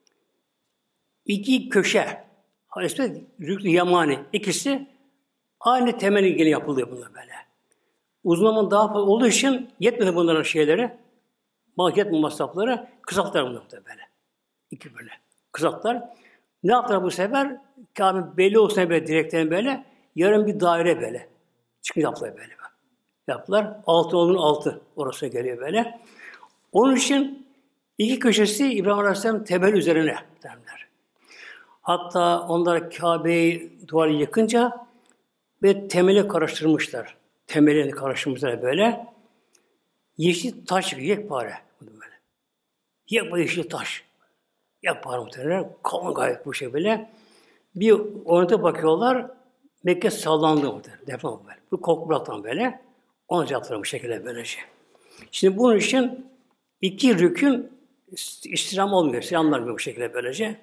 iki köşe, Halif'te Rükn-i Yamani ikisi aynı temel ilgili yapılıyor bunlar böyle. Uzun zaman daha fazla olduğu için yetmedi bunların şeyleri, maliyet masrafları kısalttılar bunlar böyle. İki böyle kısalttılar. Ne yaptılar bu sefer? Kabe belli olsun böyle direkten böyle, yarın bir daire böyle. Çıkın yaptılar böyle. Yaptılar. Altı onun altı orası geliyor böyle. Onun için iki köşesi İbrahim Aleyhisselam temel üzerine derler. Hatta onlar Kabe'yi duvarı yıkınca ve temeli karıştırmışlar. Temelini karıştırmışlar böyle. Yeşil taş yekpare. Böyle. Yekpare yeşil taş. Yekpare muhtemelen. Kalın gayet bu şey böyle. Bir oyunta bakıyorlar. Mekke sallandı muhtemelen. Defa böyle. Bu korku bıraktan böyle. Ona cevaplar bu şekilde böylece. Şimdi bunun için iki rükün istirham olmuyor. Selamlar bu şekilde böylece.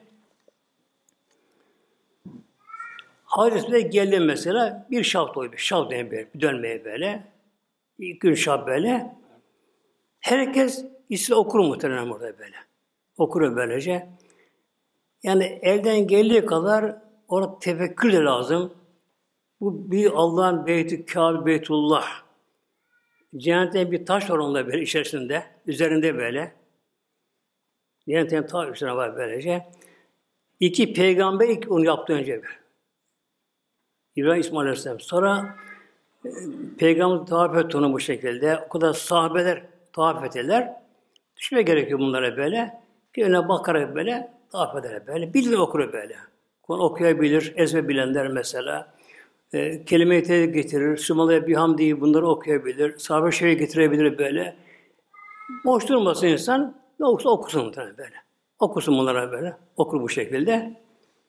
Hadis'te geldi mesela bir şaft oydu. Şaft dönmeye böyle, bir dönmeye böyle. İlk gün şaft böyle. Herkes ismi okur muhtemelen orada böyle. Okur böylece. Yani elden geldiği kadar orada tefekkür de lazım. Bu bir Allah'ın beyti, Kâbe, Beytullah. Cennetten bir taş var onda böyle içerisinde. Üzerinde böyle. Cennetten taş üstüne var böylece. İki peygamber ilk onu yaptı önce. İbrahim İsmail Aleyhisselam. Sonra e, Peygamber tavaf etti onu bu şekilde. O kadar sahabeler tavaf ettiler. Düşmeye gerekiyor bunlara böyle. Bir öne bakarak böyle tavaf eder böyle. Bilir okur böyle. Konu okuyabilir, ezme bilenler mesela. E, kelime-i tevhid getirir, Sübhanallah bihamdihi bunları okuyabilir. Sahabe şerif getirebilir böyle. Boş durmasın insan. Ne okursa okusun böyle. Okusun bunlara böyle. Okur bu şekilde.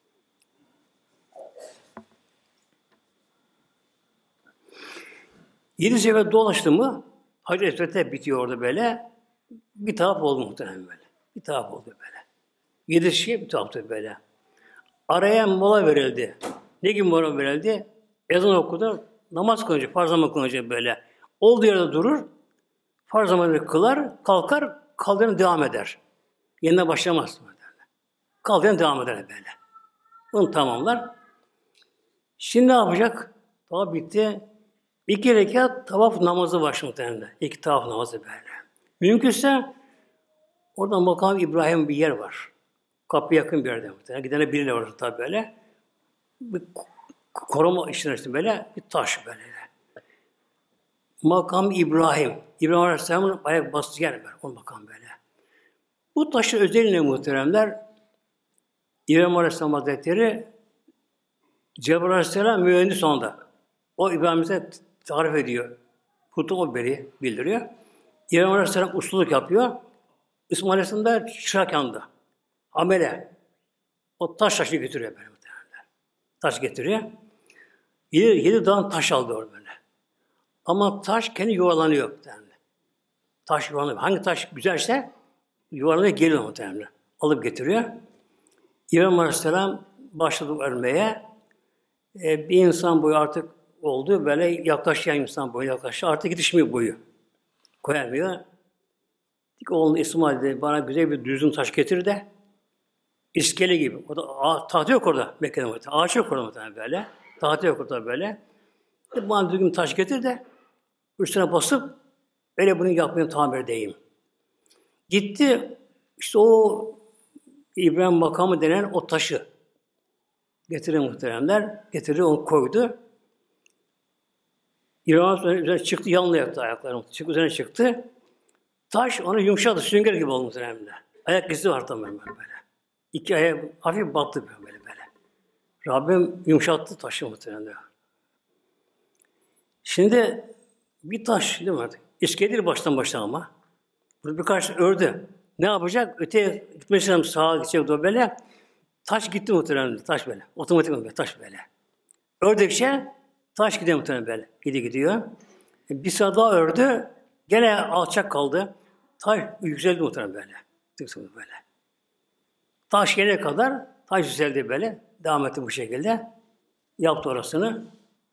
Yedi sefer dolaştı mı Hacı Esved'de bitiyor orada böyle. Bir tavaf oldu muhtemelen böyle. Bir tavaf oldu böyle. Yedi şey bir tavaftı böyle. Araya mola verildi. Ne gibi mola verildi? Ezan okudu. Namaz kılınca, farz namaz kılınca böyle. Olduğu yerde durur. Farz namazını kılar, kalkar, kaldığına devam eder. Yeniden başlamaz. Kaldığına devam eder böyle. Bunu tamamlar. Şimdi ne yapacak? Tavaf bitti. İki rekat tavaf namazı var muhtemelen. İki tavaf namazı böyle. Mümkünse orada makam İbrahim bir yer var. Kapı yakın bir yerde muhtemelen. Gidene biriyle var tabi böyle. Bir koruma işine böyle bir taş böyle. Makam İbrahim. İbrahim Aleyhisselam'ın ayak bastığı yer var. O makam böyle. Bu taşın özelliğine muhteremler İbrahim Aleyhisselam Hazretleri Cebrail Aleyhisselam mühendis onda. O İbrahim'e tarif ediyor. Kutu o beri bildiriyor. İbrahim Aleyhisselam usluluk yapıyor. İsmail Aleyhisselam da çırak yanında. Amele. O taş taşı getiriyor böyle muhtemelen. Taş getiriyor. Yedi, yedi dağın taş aldı orada böyle. Ama taş kendi yuvarlanıyor muhtemelen. Taş yuvarlanıyor. Hangi taş güzelse yuvarlanıyor geliyor muhtemelen. Alıp getiriyor. İbrahim Aleyhisselam başladı örmeye. Ee, bir insan boyu artık oldu. Böyle yaklaşan insan boyu yaklaşıyor. Artık yetişmiyor boyu. Koyamıyor. Dik oğlum İsmail dedi, bana güzel bir düzgün taş getir de iskele gibi. O da ağa, tahta yok orada. Mekke'de muhtemelen. Ağaç yok orada muhtemelen böyle. Tahta yok orada böyle. Dedi, bana düzgün taş getir de üstüne basıp öyle bunu yapmayayım, tamir edeyim. Gitti. İşte o İbrahim makamı denen o taşı getirir muhteremler. Getirir onu koydu. İbrahim üzerine çıktı. Yanına yattı ayaklarım. Çıktı, üzerine çıktı. Taş onu yumuşadı. Sünger gibi oldu muhteremler. Ayak izi var tam böyle. İki ayağı hafif battı böyle böyle. Rabbim yumuşattı taşı muhteremler. Şimdi bir taş değil mi artık? İskele baştan baştan ama. Bunu birkaç ördü. Ne yapacak? Öteye gitmesi lazım. Sağa gidecek böyle. Taş gitti muhtemelen. Taş böyle. Otomatik böyle. Taş böyle. Ördükçe taş gidiyor muhtemelen böyle. Gidiyor gidiyor. Bir saat daha ördü. Gene alçak kaldı. Taş yükseldi muhtemelen böyle. böyle. Taş gelene kadar taş yükseldi böyle. Devam etti bu şekilde. Yaptı orasını.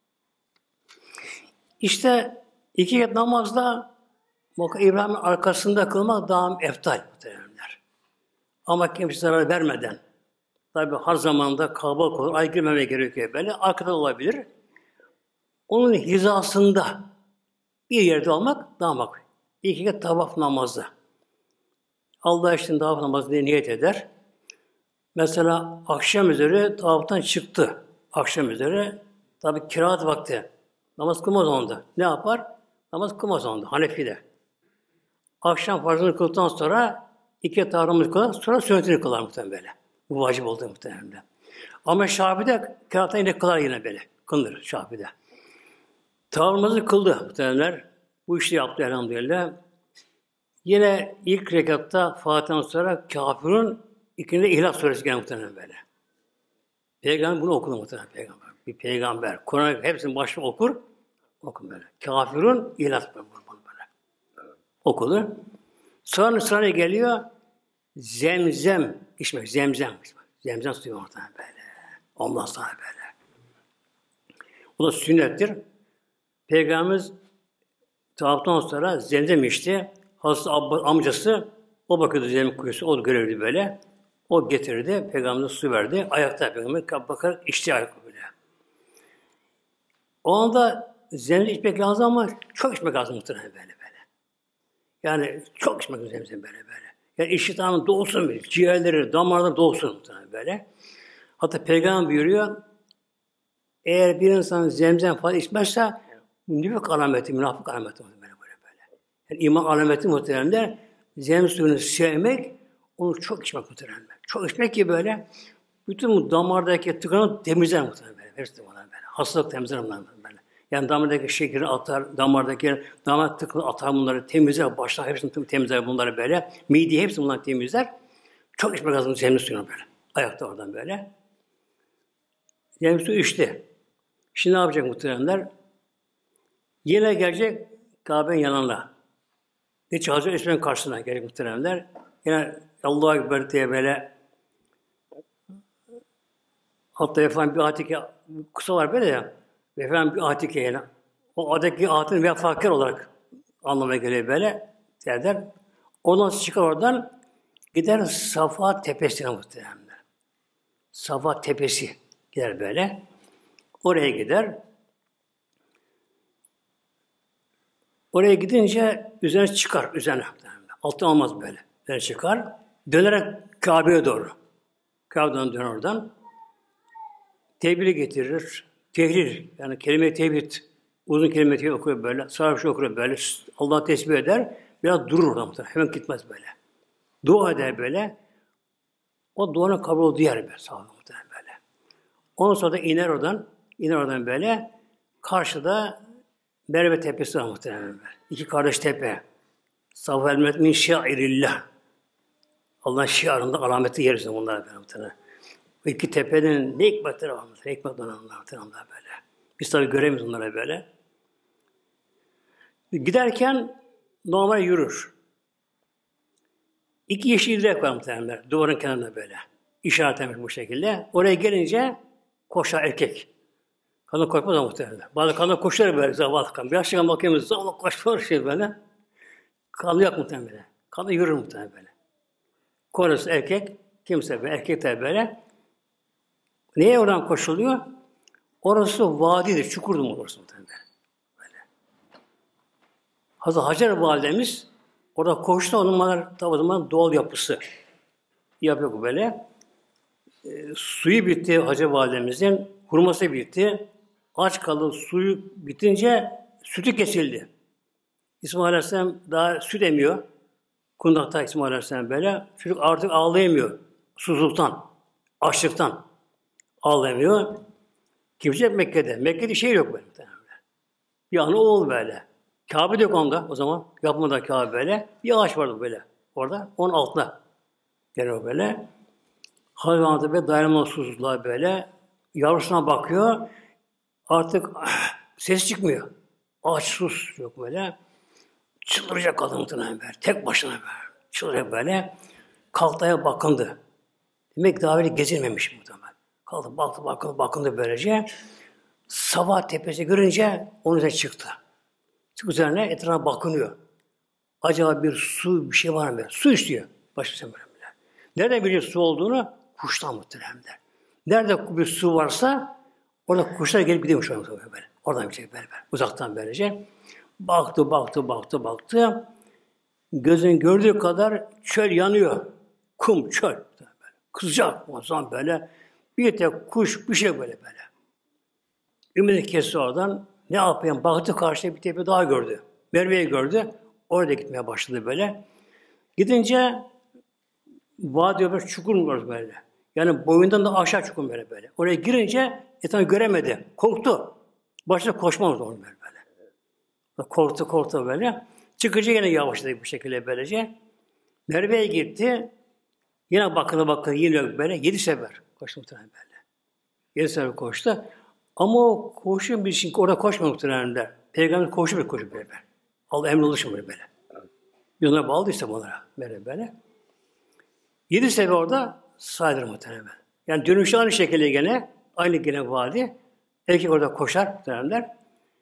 İşte iki kat namazda İbrahim'in arkasında kılmak daha eftal muhtemelenler. Ama kimse zarar vermeden. Tabi her zamanda kalabalık olur. Ay girmemeye gerekiyor böyle. Arkada olabilir. Onun hizasında bir yerde olmak daha makbul. İki kat tavaf namazı. Allah için tavaf namazı diye niyet eder. Mesela akşam üzeri tavaftan çıktı. Akşam üzeri tabi kiraat vakti. Namaz kılmaz onda. Ne yapar? Namaz kılmaz onda. Hanefi'de. Akşam farzını kıldıktan sonra iki tahammül kılar, sonra sünnetini kılar muhtemelen böyle. Bu vacip olduğu muhtemelen. Ama Şafii'de kıraattan yine kılar yine böyle. Kılınır Şafii'de. Tahammülümüzü kıldı muhtemelenler. Bu işi yaptı elhamdülillah. Yine ilk rekatta Fatiha'dan sonra Kafirun, ikinci İhlas Suresi gelen muhtemelen böyle. Peygamber bunu okudu muhtemelen peygamber. Bir peygamber. Kur'an'ı hepsini başına okur. Okun böyle. Kafirun, İhlas böyle. Okudu. Sonra sıraya geliyor zemzem içmek. Zemzem. Zemzem suyu orada böyle. Ondan sonra böyle. Bu da sünnettir. Peygamberimiz tavaftan sonra zemzem içti. Hazreti amcası o bakıyordu zemzem kuyusu. O görevli böyle. O getirdi. Peygamberimiz su verdi. Ayakta Peygamber bakarak içti ayakta böyle. O anda zemzem içmek lazım ama çok içmek lazım muhtemelen böyle böyle. Yani çok içmek lazım zemzem böyle böyle. Yani iştahın dolsun böyle. Ciğerleri, damarları dolsun muhtemelen böyle. Hatta Peygamber buyuruyor, eğer bir insan zemzem fazla içmezse nifak alameti, münafık alameti böyle böyle böyle. Yani iman alameti muhtemelen zemzem suyunu sevmek, onu çok içmek muhtemelen. Çok içmek ki böyle bütün bu damardaki tıkanı temizler muhtemelen böyle. Hepsi böyle. Hastalık temizler bunlar böyle. Yani damardaki şekeri atar, damardaki damar tıkanı atar bunları temizler, başlar hepsini temizler bunları böyle. Mide hepsini bunları temizler. Çok içmek lazım zemzem suyunu böyle. Ayakta oradan böyle. Zemzem suyu içti. Şimdi ne yapacak muhtemelenler? Yine gelecek Kabe'nin yanına. Ne çağıracak? İslam'ın karşısına gelecek muhtemelenler. Yine Allahu Ekber diye böyle hatta efendim bir atike kısa var böyle ya. Efendim bir atike yani. O adaki atın veya fakir olarak anlamaya geliyor böyle. Derler. Ondan çıkar oradan gider Safa Tepesi'ne muhtemelenler. Safa Tepesi gider böyle. Oraya gider. Oraya gidince üzerine çıkar. Üzerine. Alttan almaz böyle. Üzerine çıkar. Dönerek Kabe'ye doğru. Kabe'den döner oradan. Tebiri getirir. Tehrir. Yani kelime-i tevhid. Uzun kelime-i tevhid okuyor böyle. Sarhoş okuyor böyle. Allah'ı tesbih eder. Biraz durur orada muhtemelen. Hemen gitmez böyle. Dua eder böyle. O duanın kabul olduğu yer böyle. Sağ olun muhtemelen böyle. Ondan sonra da iner oradan, iner oradan böyle. Karşıda Merve Tepesi var muhtemelen. İki kardeş tepe. Safa el min şairillah. Allah'ın şiarında alameti yeriz bunlar böyle muhtemelen. Bu iki tepenin ne hikmetleri var muhtemelen. Hikmetleri var muhtemelen böyle. Biz tabi göremiyoruz onları böyle. Giderken normal yürür. İki yeşil direk var muhtemelen. Duvarın kenarında böyle. İşaretlenmiş bu şekilde. Oraya gelince koşar erkek. Kadın koşmaz da muhtemelen. Bazı kadın koşar böyle zavallı kadın. Bir aşağıdan bakıyoruz zavallı koşmaz şey böyle. Kadın yok muhtemelen. Kadın yürür muhtemelen böyle. Korusu erkek, kimse böyle, erkek de böyle. Neye oradan koşuluyor? Orası vadidir, çukurdur mu orası muhtemelen böyle. Hazreti Hacer validemiz orada koştu, onun tabi o zaman doğal yapısı. Yapıyor böyle. E, suyu bitti Hacer validemizin, hurması bitti. Aç kaldı, suyu bitince sütü kesildi. İsmail Aleyhisselam daha süt emiyor. Kundakta İsmail Aleyhisselam böyle. Çocuk artık ağlayamıyor. Susuzluktan, açlıktan ağlayamıyor. Kimse Mekke'de. Mekke'de şey yok böyle. Bir ana oğul böyle. Kabe de yok onda o zaman. Yapmadan Kabe böyle. Bir ağaç vardı böyle. Orada. Onun altında. Geliyor böyle. Hayvanatı böyle dayanamaz susuzluğa böyle. Yavrusuna bakıyor. Artık ses çıkmıyor. Aç sus yok böyle. Çıldıracak kadın muhtemelen böyle. Tek başına böyle. Çıldıracak böyle. Kalktaya bakındı. Demek ki daha böyle gezilmemiş muhtemelen. Kalktı baktı bakındı bakındı böylece. Sabah tepesi görünce onun üzerine çıktı. Çık üzerine etrafa bakınıyor. Acaba bir su bir şey var mı? Su istiyor. Başka böyle. Nerede biliyor su olduğunu? Kuştan muhtemelen. Nerede bir su varsa orada kuşlar gelip gidiyormuş böyle. Oradan bir şey böyle, böyle. Uzaktan böylece. Baktı, baktı, baktı, baktı. Gözün gördüğü kadar çöl yanıyor. Kum, çöl. Kızacak o zaman böyle. Bir tek kuş, bir şey böyle böyle. Ümidi kesti oradan. Ne yapayım? Baktı karşıda bir tepe daha gördü. Merve'yi gördü. Orada gitmeye başladı böyle. Gidince vadi böyle çukur var böyle. Yani boyundan da aşağı çukur böyle böyle. Oraya girince etrafı göremedi. Korktu. Başta koşmamadı onu böyle böyle. Korktu korktu böyle. Çıkınca yine yavaşladı bu şekilde böylece. Merve'ye gitti. Yine bakına bakına yine böyle yedi sefer koştu muhtemelen böyle. Yedi sefer koştu. Ama o koşuyor bir şey orada koşmuyor muhtemelen. Peygamber koşuyor bir koşuyor böyle. Allah emri oluşum böyle böyle. Yoluna bağlı işte bunlara böyle böyle. Yedi sefer orada sayılır muhtemelen. Yani dönüşü aynı şekilde gene aynı gene vadi. Erkek orada koşar muhtemelen.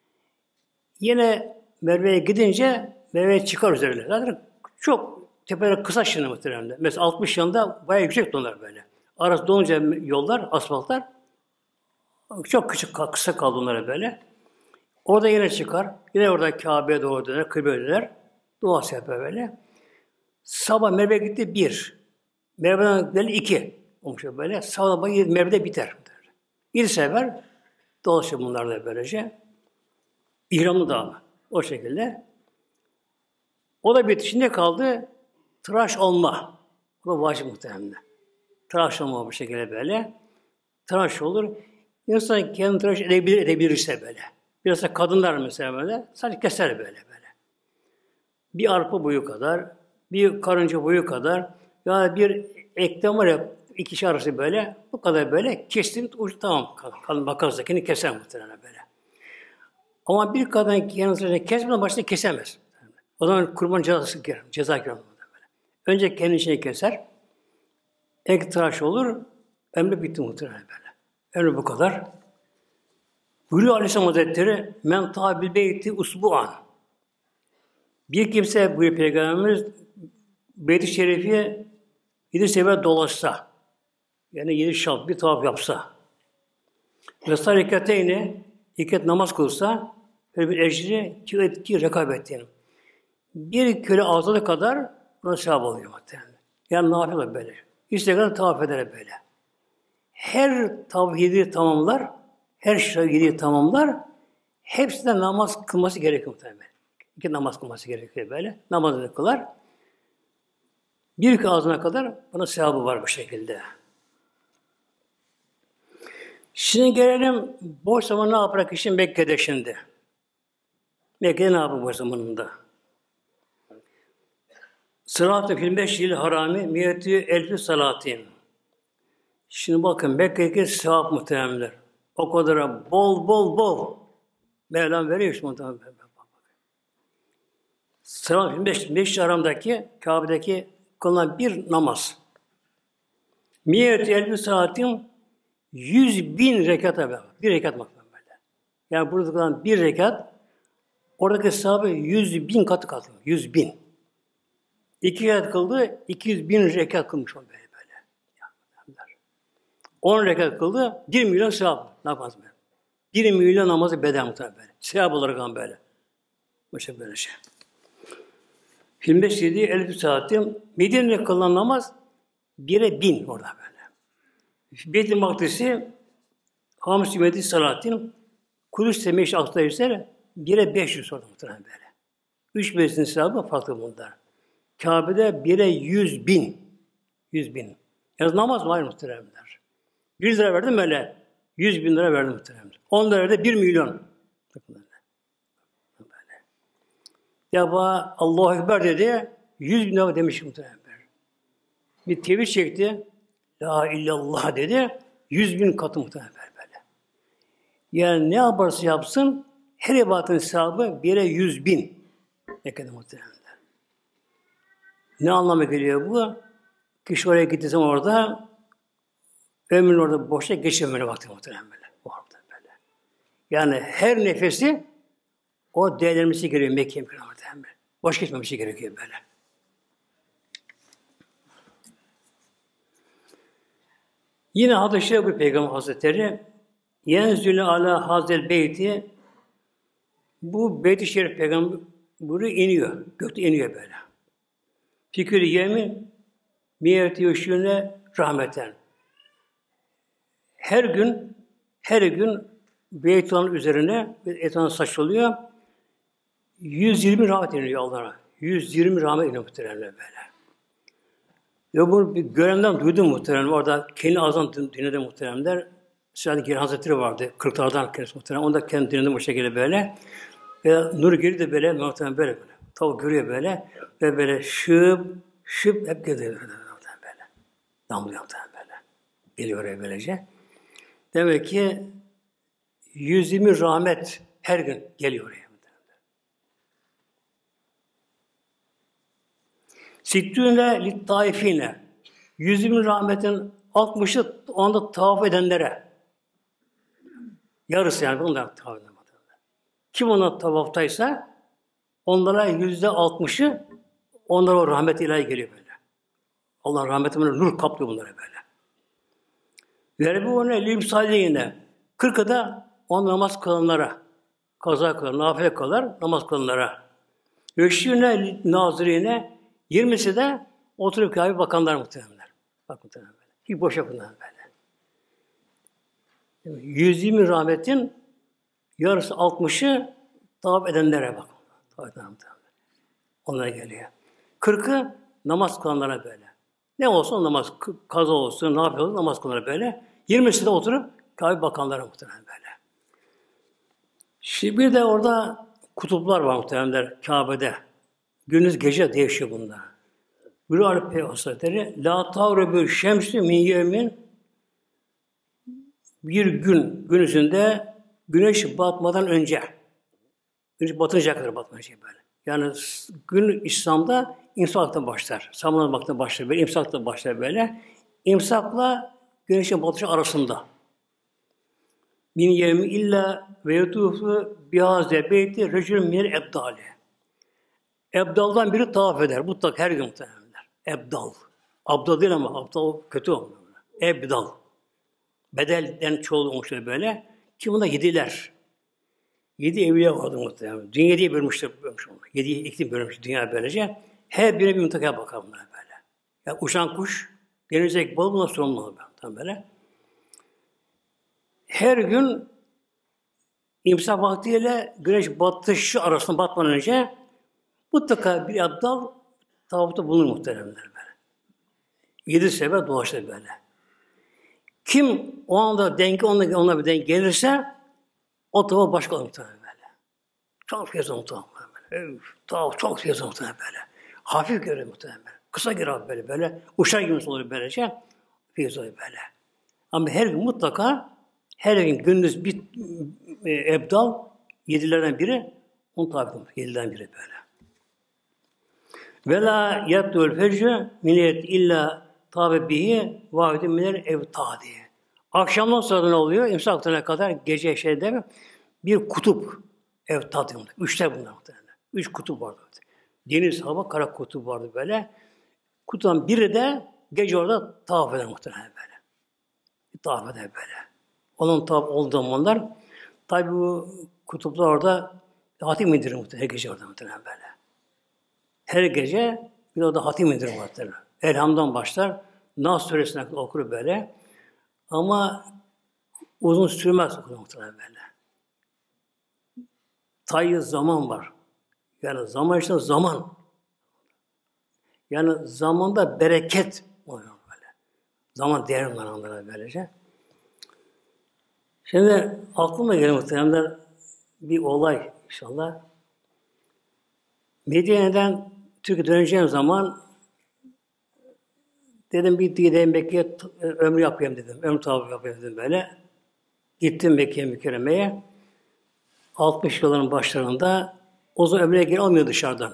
Yine Merve'ye gidince Merve'ye çıkar üzerine. Zaten çok tepeler kısa şimdi muhtemelen. Mesela altmış yılında bayağı yüksek onlar böyle. Arası dolunca yollar, asfaltlar çok küçük, kısa kaldı onlara böyle. Orada yine çıkar. Yine orada Kabe'ye doğru döner, kıbleye döner. Dua yapar böyle. Sabah Merve'ye gitti bir. Merve'den böyle iki. Olmuş böyle. Sabah Merve'de biter. İlk sefer dolaşıyor bunlarla böylece. İhramlı dağlı. O şekilde. O da bitişinde kaldı. Tıraş olma. Bu da vacip muhtemelen. Tıraş olma bu şekilde böyle. Tıraş olur. İnsan kendini tıraş edebilir, edebilirse böyle. Biraz da kadınlar mesela böyle. Sadece keser böyle böyle. Bir arpa boyu kadar, bir karınca boyu kadar, ya bir eklem var ya iki kişi arası böyle, bu kadar böyle kestim, ucu tamam. Kadın bakarsa keser muhtemelen böyle. Ama bir kadın kendisini kesmeden başta kesemez. O zaman kurban cezası girer, ceza girer. Önce kendi içine keser, ek tıraş olur, ömrü bitti muhtemelen böyle. Ömrü bu kadar. Buyuruyor Aleyhisselam Hazretleri, men tabil beyti usbu'an. Bir kimse buyuruyor Peygamberimiz, Beyt-i Şerif'i yedi sefer dolaşsa, yani yedi şart bir tavaf yapsa, ve sarikateyni iki namaz kılsa, böyle bir ecri ki etki rekabet diyelim. Bir köle azılı kadar buna sevap oluyor muhtemelen. Yani nafile böyle. İşte kadar tavaf eder böyle. Her tavhidi tamamlar, her şahidi tamamlar, hepsinden namaz kılması gerekiyor muhtemelen. İki namaz kılması gerekiyor böyle. Namazını kılar. Bir ağzına kadar buna sevabı var bu şekilde. Şimdi gelelim boş zaman ne yaparak kişi Mekke'de şimdi. Mekke'de ne yapıyor boş zamanında? Sırat-ı fil meşril harami miyeti elfi salatin. Şimdi bakın Mekke'deki sevap muhteremler. O kadar bol bol bol. Mevlam veriyor işte muhterem. Sırat-ı fil meşril meşril haramdaki Kabe'deki kılınan bir namaz. Miyeti elfi salatin yüz bin rekata ver. Bir rekat bakın böyle. Yani burada kılınan bir rekat oradaki sahabe yüz bin katı kaldı. Yüz bin. İki rekat kıldı, iki yüz bin rekat kılmış o böyle böyle. On rekat kıldı, bir milyon sevap. Ne yapmaz böyle? Bir milyon namazı beden muhtemelen böyle. Sevap olarak böyle. Bu şey böyle şey. yirmi beş yedi elif saatim Medine'de kılınan namaz bire bin orada böyle. Beyt-i Makdis'i Hamis Ümmet-i Salatin Kudüs Semeş Aksa ise bire beş yüz orada muhtemelen böyle. Üç meclisin sevabı farklı bunlar. Kabe'de bire yüz bin. Yüz bin. Yalnız namaz mı? Hayır muhteremler. Bir lira verdim öyle. Yüz bin lira verdim muhteremler. On lira verdi bir milyon. Böyle. Defa Allahu Ekber dedi. Yüz bin lira demiş muhteremler. Bir tevhid çekti. La illallah dedi. Yüz bin katı muhteremler böyle. Yani ne yaparsa yapsın her ibadetin hesabı bire yüz bin. Ne kadar muhteremler. Ne anlama geliyor bu? Kişi oraya gittiği zaman orada ömrünü orada boşta geçirmene vakti muhtemelen böyle. böyle. Yani her nefesi o değerlenmesi gerekiyor Mekke'ye muhtemelen. Boş geçmemesi gerekiyor böyle. Yine hadis-i şerif bu Peygamber Hazretleri Yenzülü ala hazel beyti bu Beyt-i Şerif Peygamber buraya iniyor. Gökte iniyor böyle. Fikir yemin miyeti yoşune rahmeten. Her gün her gün Beytullah'ın üzerine etan saçılıyor. yüz yirmi rahmet iniyor Allah'a. yüz yirmi rahmet iniyor muhtemelen böyle. Ve bunu bir görevden duydum muhtemelen. Orada kendi ağzından dinledim muhteremler. Sıradaki Geri Hazretleri vardı. Kırklardan kendisi muhtemelen. Onu da kendi dinledim bu şekilde böyle. Ve Nur Geri de böyle muhtemelen böyle böyle. Tavuk görüyor böyle. Ve böyle şıp şıp hep geliyor böyle. böyle. Damlıyor muhtemelen böyle. Geliyor oraya böylece. Demek ki yüz yirmi rahmet her gün geliyor oraya. Sittûne littaifine. Yüz yirmi rahmetin altmışı onda tavaf edenlere. Yarısı yani bunlar tavaf edenler. Kim ona tavaftaysa onlara yüzde altmışı onlara o rahmet ilahi geliyor böyle. Allah'ın rahmeti böyle nur kaplıyor bunlara böyle. Verbi-ûne limsâlîne. Kırkı da on namaz kılanlara. Kaza kılar, nafile kılar, namaz kılanlara. Veşşûne nazirine. Yirmisi de oturup Kabe'ye bakanlar muhtemelenler. Bak muhtemelen böyle. Hiç boş yapınlar böyle. Yüz yirmi rahmetin yarısı altmışı tavaf edenlere bak. Tavaf edenlere muhtemelen. Onlara geliyor. Kırkı namaz kılanlara böyle. Ne olsun namaz, kaza olsun, ne yapıyorlar namaz kılanlara böyle. Yirmisi de oturup Kabe bakanlara muhtemelen böyle. Şimdi bir de orada kutuplar var muhtemelenler Kabe'de. Gündüz gece değişiyor bunlar. Buyuruyor Ali Peygamber La tavrebü şemsü min yemin bir gün, gün içinde güneş batmadan önce güneş batınca kadar batmadan şey böyle. Yani gün İslam'da imsaktan başlar. Samran vaktinden başlar böyle. İmsaktan başlar böyle. İmsakla güneşin batışı arasında. Min yemin illa ve yetufu bihaze beyti recül minel ebdali. Ebdal'dan biri tavaf eder. Mutlaka her gün muhtemelen. Ebdal. Abdal değil ama abdal kötü olmuyor. Ebdal. Bedelden çoğulu olmuşlar böyle. Ki bunda yediler. Yedi evliya vardı muhtemelen. Dünya yediye bölmüşler. Bölmüş onlar. Yediye iklim bölmüş dünya böylece. Her birine bir mutlaka bakar bunlar böyle. Yani uçan kuş, denizdeki balık buna sorumlu tam böyle. Her gün imsak vaktiyle güneş batışı arasında batmadan önce mutlaka bir abdal tavafta bulunur muhteremler böyle. Yedi sefer dolaşır böyle. Kim o anda denk onunla, onunla bir denk gelirse o tavaf başka olur muhtemelen böyle. Çok fiyaz muhtemelen böyle. Üf, tavaf çok fiyaz muhtemelen böyle. Hafif görüyor muhtemelen böyle. Kısa görüyor böyle böyle. Uçar gibi oluyor böylece. Fiyaz oluyor böyle. Ama her gün mutlaka her gün gündüz bir e, ebdal yedilerden biri onu tavaf ediyor. Yedilerden biri böyle. Ve la yattul fecr miniyet illa tabi bihi vahidin miner evtadi. Akşamdan sonra ne oluyor? İmsak vaktine kadar gece şeyde mi? Bir kutup evtad. Üçte bunlar muhtemelen. Üç kutup vardı. Deniz, hava, kara kutup vardı böyle. Kutuptan biri de gece orada tavaf eder muhtemelen böyle. Tavaf eder böyle. Onun tavaf olduğu zamanlar tabi bu kutuplar orada hatim indirir muhtemelen. Her gece orada muhtemelen böyle. Her gece bir orada hatim indirir muhtemelen. Elhamdan başlar. Nas suresine okur böyle. Ama uzun sürmez okur muhtemelen böyle. Tayyi zaman var. Yani zaman işte zaman. Yani zamanda bereket oluyor böyle. Zaman değer manasında böylece. Şimdi aklıma gelen muhtemelen bir olay inşallah. Medine'den Türkiye döneceğim zaman dedim bir gideyim Mekke'ye ömrü yapayım dedim. Ömrü tavaf yapayım dedim böyle. Gittim Mekke'ye mükerremeye. altmış yılların başlarında o zaman ömrüne geri almıyor dışarıdan.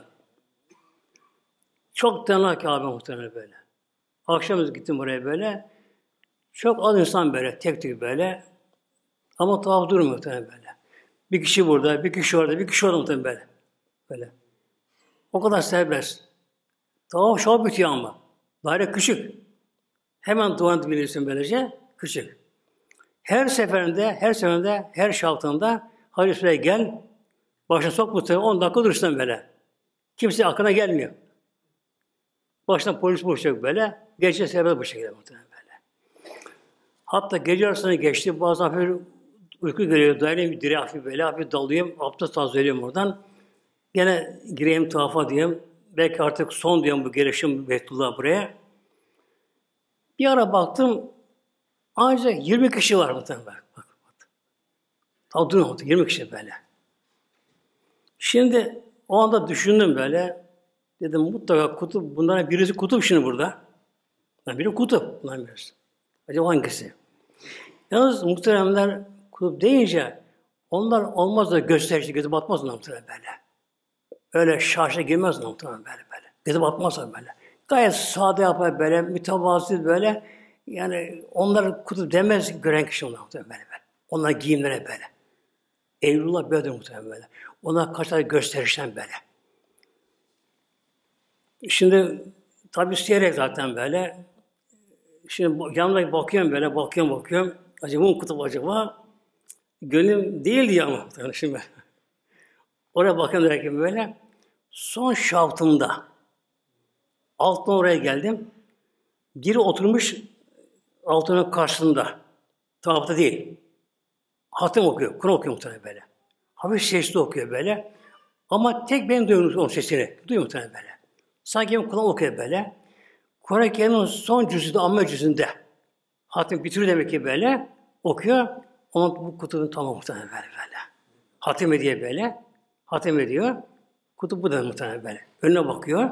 Çok tenha Kabe muhtemelen böyle. Akşamüstü gittim buraya böyle. Çok az insan böyle, tek tek böyle. Ama tavaf durmuyor muhtemelen böyle. Bir kişi burada, bir kişi orada, bir kişi orada muhtemelen böyle. Böyle. O kadar serbest. Tavaf şov bitiyor ama. Daire küçük. Hemen duvarın dibindesin böylece. Küçük. Her seferinde, her seferinde, her şaltında Hacı Süreyya gel, başına sok muhtemelen on dakika durursun böyle. Kimse aklına gelmiyor. Baştan polis bulacak böyle. Gece serbest bu şekilde muhtemelen böyle. Hatta gece arasına geçti. Bazen hafif uyku geliyor. Dayanayım bir direğe hafif böyle. Hafif dalıyorum. Abdest tazeliyorum oradan. Gene gireyim tavafa diyeyim. Belki artık son diyorum bu gelişim Beytullah buraya. Bir ara baktım. Ancak yirmi kişi var muhtemelen. Bak, bak, bak. Tabi durmadı. yirmi kişi böyle. Şimdi o anda düşündüm böyle. Dedim mutlaka kutup. Bunların birisi kutup şimdi burada. Yani biri kutup. Bunların birisi. Acaba hangisi? Yalnız muhteremler kutup deyince onlar olmaz da gösterişli gözü batmaz muhterem böyle. Öyle şaşa girmez muhterem böyle böyle. Gözü batmaz böyle. Gayet sade yapar böyle, mütevazı böyle. Yani onlar kutup demez gören kişi onlar muhterem böyle böyle. Onlar giyimlere böyle. Eylullah böyledir muhterem böyle. Onlar kaç tane gösterişten böyle. Şimdi tabi isteyerek zaten böyle. Şimdi yanımda bakıyorum böyle, bakıyorum bakıyorum. Acaba bu kutup acaba? Gönlüm değildi ya ama. Şimdi oraya bakıyorum derken böyle. Son şaftımda altına oraya geldim. Biri oturmuş altının karşısında. Tavafta değil. Hatim okuyor. Kur'an okuyor muhtemelen böyle. Hafif sesli okuyor böyle. Ama tek ben duyuyorum onun sesini. Duyuyor muhtemelen böyle. Sanki ben Kur'an okuyor böyle. Kur'an-ı Kerim'in son cüzünde, amme cüzünde. Hatim bitiriyor demek ki böyle. Okuyor. Onun bu kutubun tamamı muhtemelen böyle böyle. Hatim ediyor böyle. Hatim ediyor. Kutup bu da muhtemelen böyle. Önüne bakıyor.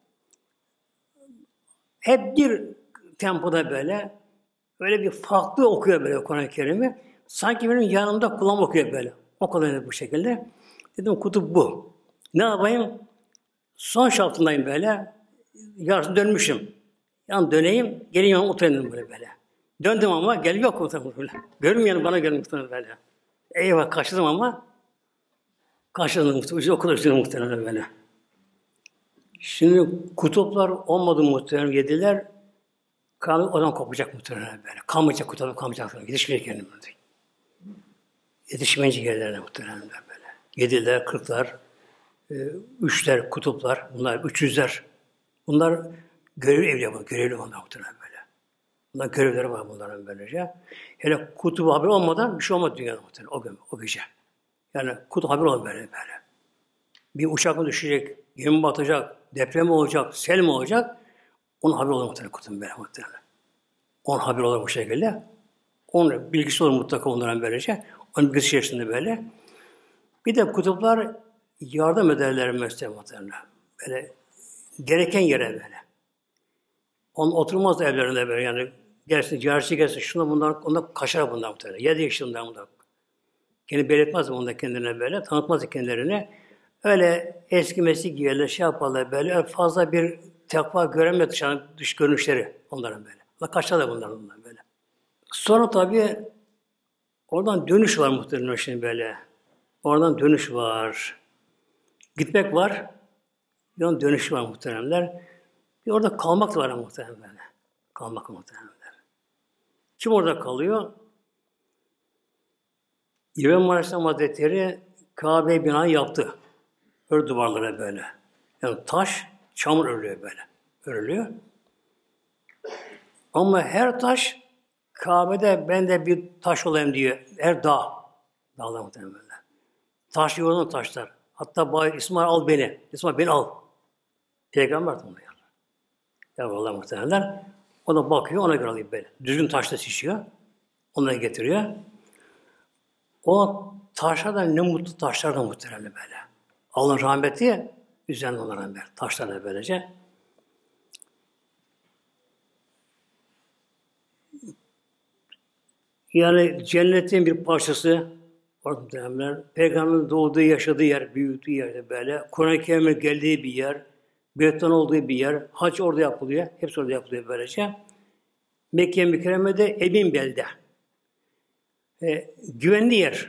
Hep bir tempoda böyle. Öyle bir farklı okuyor böyle Kur'an-ı Kerim'i. Sanki benim yanımda kulağım okuyor böyle. O kadar bu şekilde. Dedim kutup bu. Ne yapayım? Son şaftındayım böyle. Yarısı dönmüşüm. Yani döneyim, gelin yanıma oturayım böyle böyle. Döndüm ama gel yok muhtemelen böyle. Görünmeyen bana gelin muhtemelen böyle. Eyvah kaçırdım ama kaçırdım muhtemelen. O kadar üzüldüm muhtemelen böyle. Şimdi kutuplar olmadı muhtemelen yediler. Karanlık odan kopacak muhtemelen böyle. Kalmayacak kutuplar kalmayacak. Yetişmeyecek yerine böyle. Yetişmeyecek yerlerine muhtemelen böyle. Yediler, kırklar, üçler, kutuplar, bunlar üç yüzler. Bunlar görevli evliya var, görevli onlar muhtemelen böyle. Bunlar görevleri var bunların böylece. Hele kutup haber olmadan bir şey olmadı dünyada muhtemelen o gün, o gece. Yani kutup haber olmadı böyle böyle. Bir uçak mı düşecek, gemi mi batacak, deprem mi olacak, sel mi olacak? Onun haber olur muhtemelen kutup böyle muhtemelen. Onun haber olur bu şekilde. Onun bilgisi olur mutlaka onların böylece. Onun bilgisi içerisinde böyle. Bir de kutuplar yardım ederler mesela muhtemelen. Böyle gereken yere böyle. On oturmaz da evlerinde böyle yani gelsin, ciğerçi gelsin, şuna bundan, ondan kaçar bundan muhtemelen. Yedi yaşından bundan. Kendi belirtmez mi onda kendine böyle, tanıtmaz kendilerine. Öyle eski meski giyerler, şey yaparlar böyle, fazla bir takva göremiyor dışarı, dış görünüşleri onların böyle. Allah kaçarlar bunların bundan böyle. Sonra tabii oradan dönüş var muhtemelen şimdi böyle. Oradan dönüş var. Gitmek var. Bir oradan dönüş var muhteremler. Bir orada kalmak da var muhteremler. Kalmak muhteremler. Kim orada kalıyor? İbrahim Aleyhisselam Hazretleri Kabe binayı yaptı. Ör duvarlara böyle. Yani taş, çamur örülüyor böyle. Örülüyor. Ama her taş Kabe'de ben de bir taş olayım diyor. Her dağ. Dağlar muhtemelen böyle. Taş yoğuran taşlar. Hatta bay İsmail al beni. İsmail beni al. Peygamber tanıyor. Ya Allah muhtemelen. O da bakıyor, ona göre alıyor böyle. Düzgün taşla şişiyor. Onları getiriyor. O taşlardan ne mutlu taşlardan muhtemelen böyle. Allah'ın rahmeti üzerine onların böyle. Taşlarla böylece. Yani cennetin bir parçası orada muhtemelen. Peygamberin doğduğu, yaşadığı yer, büyüdüğü yerde böyle. Kur'an-ı Kerim'e geldiği bir yer. Beyt'ten olduğu bir yer. Hac orada yapılıyor. Hepsi orada yapılıyor böylece. Mekke-i Mükerreme'de emin belde. E, güvenli yer.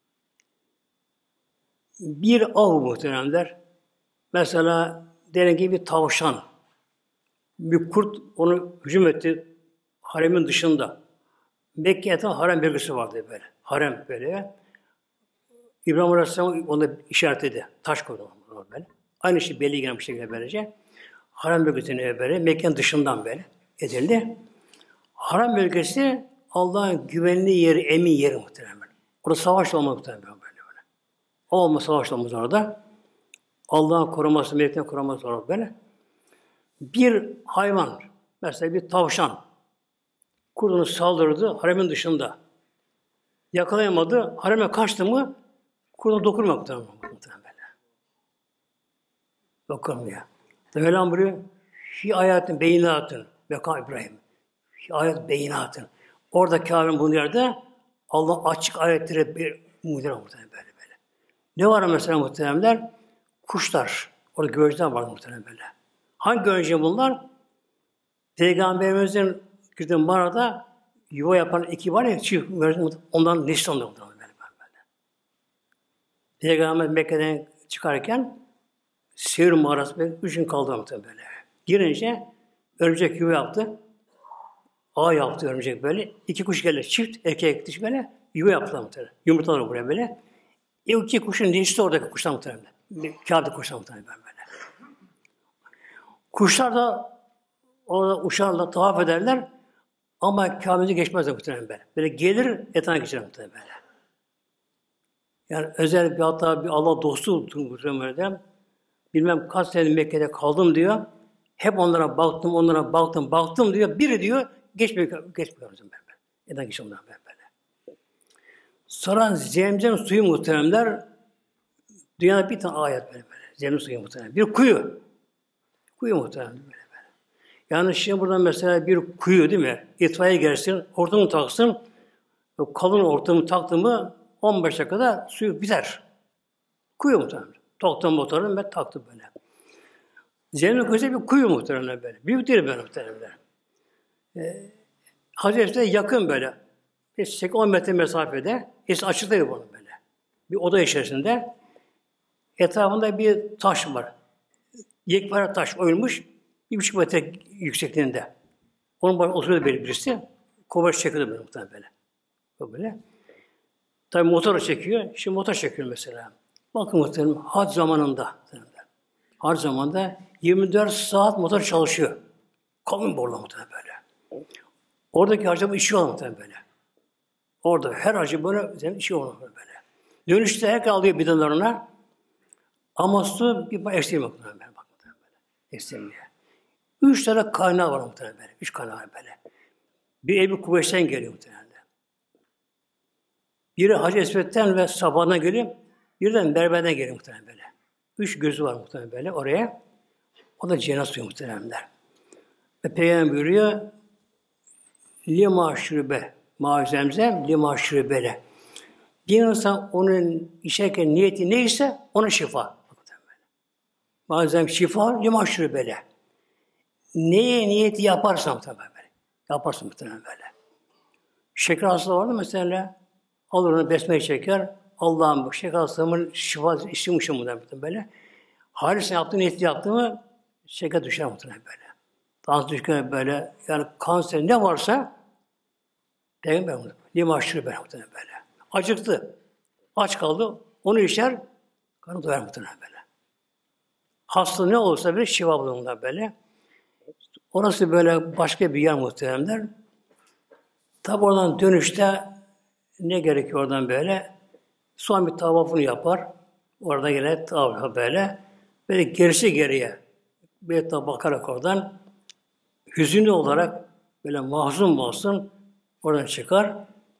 Bir av muhteremler. Mesela diyelim ki bir tavşan. Bir kurt onu hücum etti haremin dışında. Mekke etrafında harem bölgesi vardı böyle. Harem böyle. İbrahim Aleyhisselam onu işaretledi. Taş koydu böyle. Aynı şey belli gelen bir şekilde böylece. Harem bölgesine böyle, Mekke'nin dışından böyle edildi. Harem bölgesi Allah'ın güvenli yeri, emin yeri muhtemelen. Orada savaş olmaz muhtemelen böyle. böyle. Olmaz savaş olmaz orada. Allah'ın koruması, meleklerin koruması orada böyle. Bir hayvan, mesela bir tavşan, kurdunu saldırdı haremin dışında. Yakalayamadı, hareme kaçtı mı, kurdunu dokunmak muhtemelen böyle. Dokunmuyor. Mevlam buyuruyor, fi hayatın beyinatın, Beka İbrahim. Fi ayet beyinatın. Orada Kâbe'nin bulunduğu yerde Allah açık ayetleri bir muhtemelen muhtemelen böyle böyle. Ne var mesela muhtemelenler? Kuşlar. Orada göğeceler var muhtemelen böyle. Hangi göğece bunlar? Peygamberimizin girdiği mağarada yuva yapan iki var ya, çift ondan nesil ondan böyle, böyle, böyle. Peygamber Mekke'den çıkarken Sevr mağarası üç gün kaldı muhtemelen böyle. Girince örümcek yuva yaptı. Ağ yaptı örümcek böyle. İki kuş geldi. Çift erkek dişi böyle yuva yaptılar muhtemelen. Yumurtalar buraya böyle. E o iki kuşun dişisi oradaki kuşlar muhtemelen. Kâb'de kuşlar muhtemelen böyle. Kuşlar da orada uçarlar, tavaf ederler. Ama Kâbe'yi geçmezler muhtemelen böyle. Böyle gelir, etrafına geçer muhtemelen böyle. Yani özel bir hatta bir Allah dostu muhtemelen. Bilmem kaç sene Mekke'de kaldım diyor. Hep onlara baktım, onlara baktım, baktım diyor. Biri diyor, geçmiyor, geçmiyor ben böyle. Neden geçiyor ondan ben böyle. Sonra zemzem suyu muhteremler, dünyada bir tane ayet böyle böyle. Zemzem suyu muhterem. Bir kuyu. Kuyu muhterem böyle böyle. Yani şimdi burada mesela bir kuyu değil mi? İtfaiye gelsin, hortumu taksın. O kalın hortumu taktı mı on beş dakikada suyu biter. Kuyu muhterem. Taktım motorunu ben taktım böyle. Zemzem kuyusu bir kuyu muhteremler böyle. Büyük değil böyle muhteremler. Ee, Hazreti yakın böyle. sekiz on metre mesafede. Es açıkta bunu böyle. Bir oda içerisinde. Etrafında bir taş var. Yekpare taş oyulmuş. Bir buçuk metre yüksekliğinde. Onun başında oturuyordu böyle birisi. Kovaç çekiyordu böyle muhtemelen böyle. O böyle. Tabii motoru çekiyor. Şimdi motor çekiyor mesela. Bakın muhtemelen hac zamanında. Hac zamanında yirmi dört saat motor çalışıyor. Kalın borla muhtemelen böyle. Oradaki hacı işi var muhtemelen böyle. Orada her hacı böyle işi var böyle. Dönüşte herkes alıyor bidonlarına. Ama su bir eksilmiyor muhtemelen böyle. Bak muhtemelen böyle. Eksilmiyor. Üç tane kaynağı var muhtemelen böyle. Üç kaynağı var böyle. Bir Ebu Kubeş'ten geliyor muhtemelen. Biri Hacı Esved'den ve Sabah'dan geliyor. Biri de Merve'den geliyor muhtemelen böyle. Üç gözü var muhtemelen böyle oraya. O da cennet suyu muhtemelenler. Ve Peygamber buyuruyor lima şürbe ma zemzem lima şürbele. Bir insan onun içerken niyeti neyse ona şifa. Bazen şifa lima şürbele. Neye niyeti yaparsan muhtemelen böyle. Yaparsın muhtemelen böyle. Şeker hastalığı vardı mesela. Alır onu besmele çeker. Allah'ım bu şeker hastalığımın şifa istiyormuşum muhtemelen böyle. Halisine yaptığı niyeti yaptı mı şeker düşer muhtemelen böyle. Tansiyon düşer böyle. Yani kanser ne varsa Peygamber muhtemelen. Lima şürbele muhtemelen böyle. Acıktı. Aç kaldı. Onu içer. Karnı doyar muhtemelen böyle. Hasta ne olursa bir şifa bulunlar böyle. Orası böyle başka bir yer muhtemelenler. Tabi oradan dönüşte ne gerekiyor oradan böyle? Son bir tavafını yapar. Orada yine tavaf böyle. Böyle gerisi geriye. Bir tabi bakarak oradan hüzünlü olarak böyle mahzun mahzun oradan çıkar.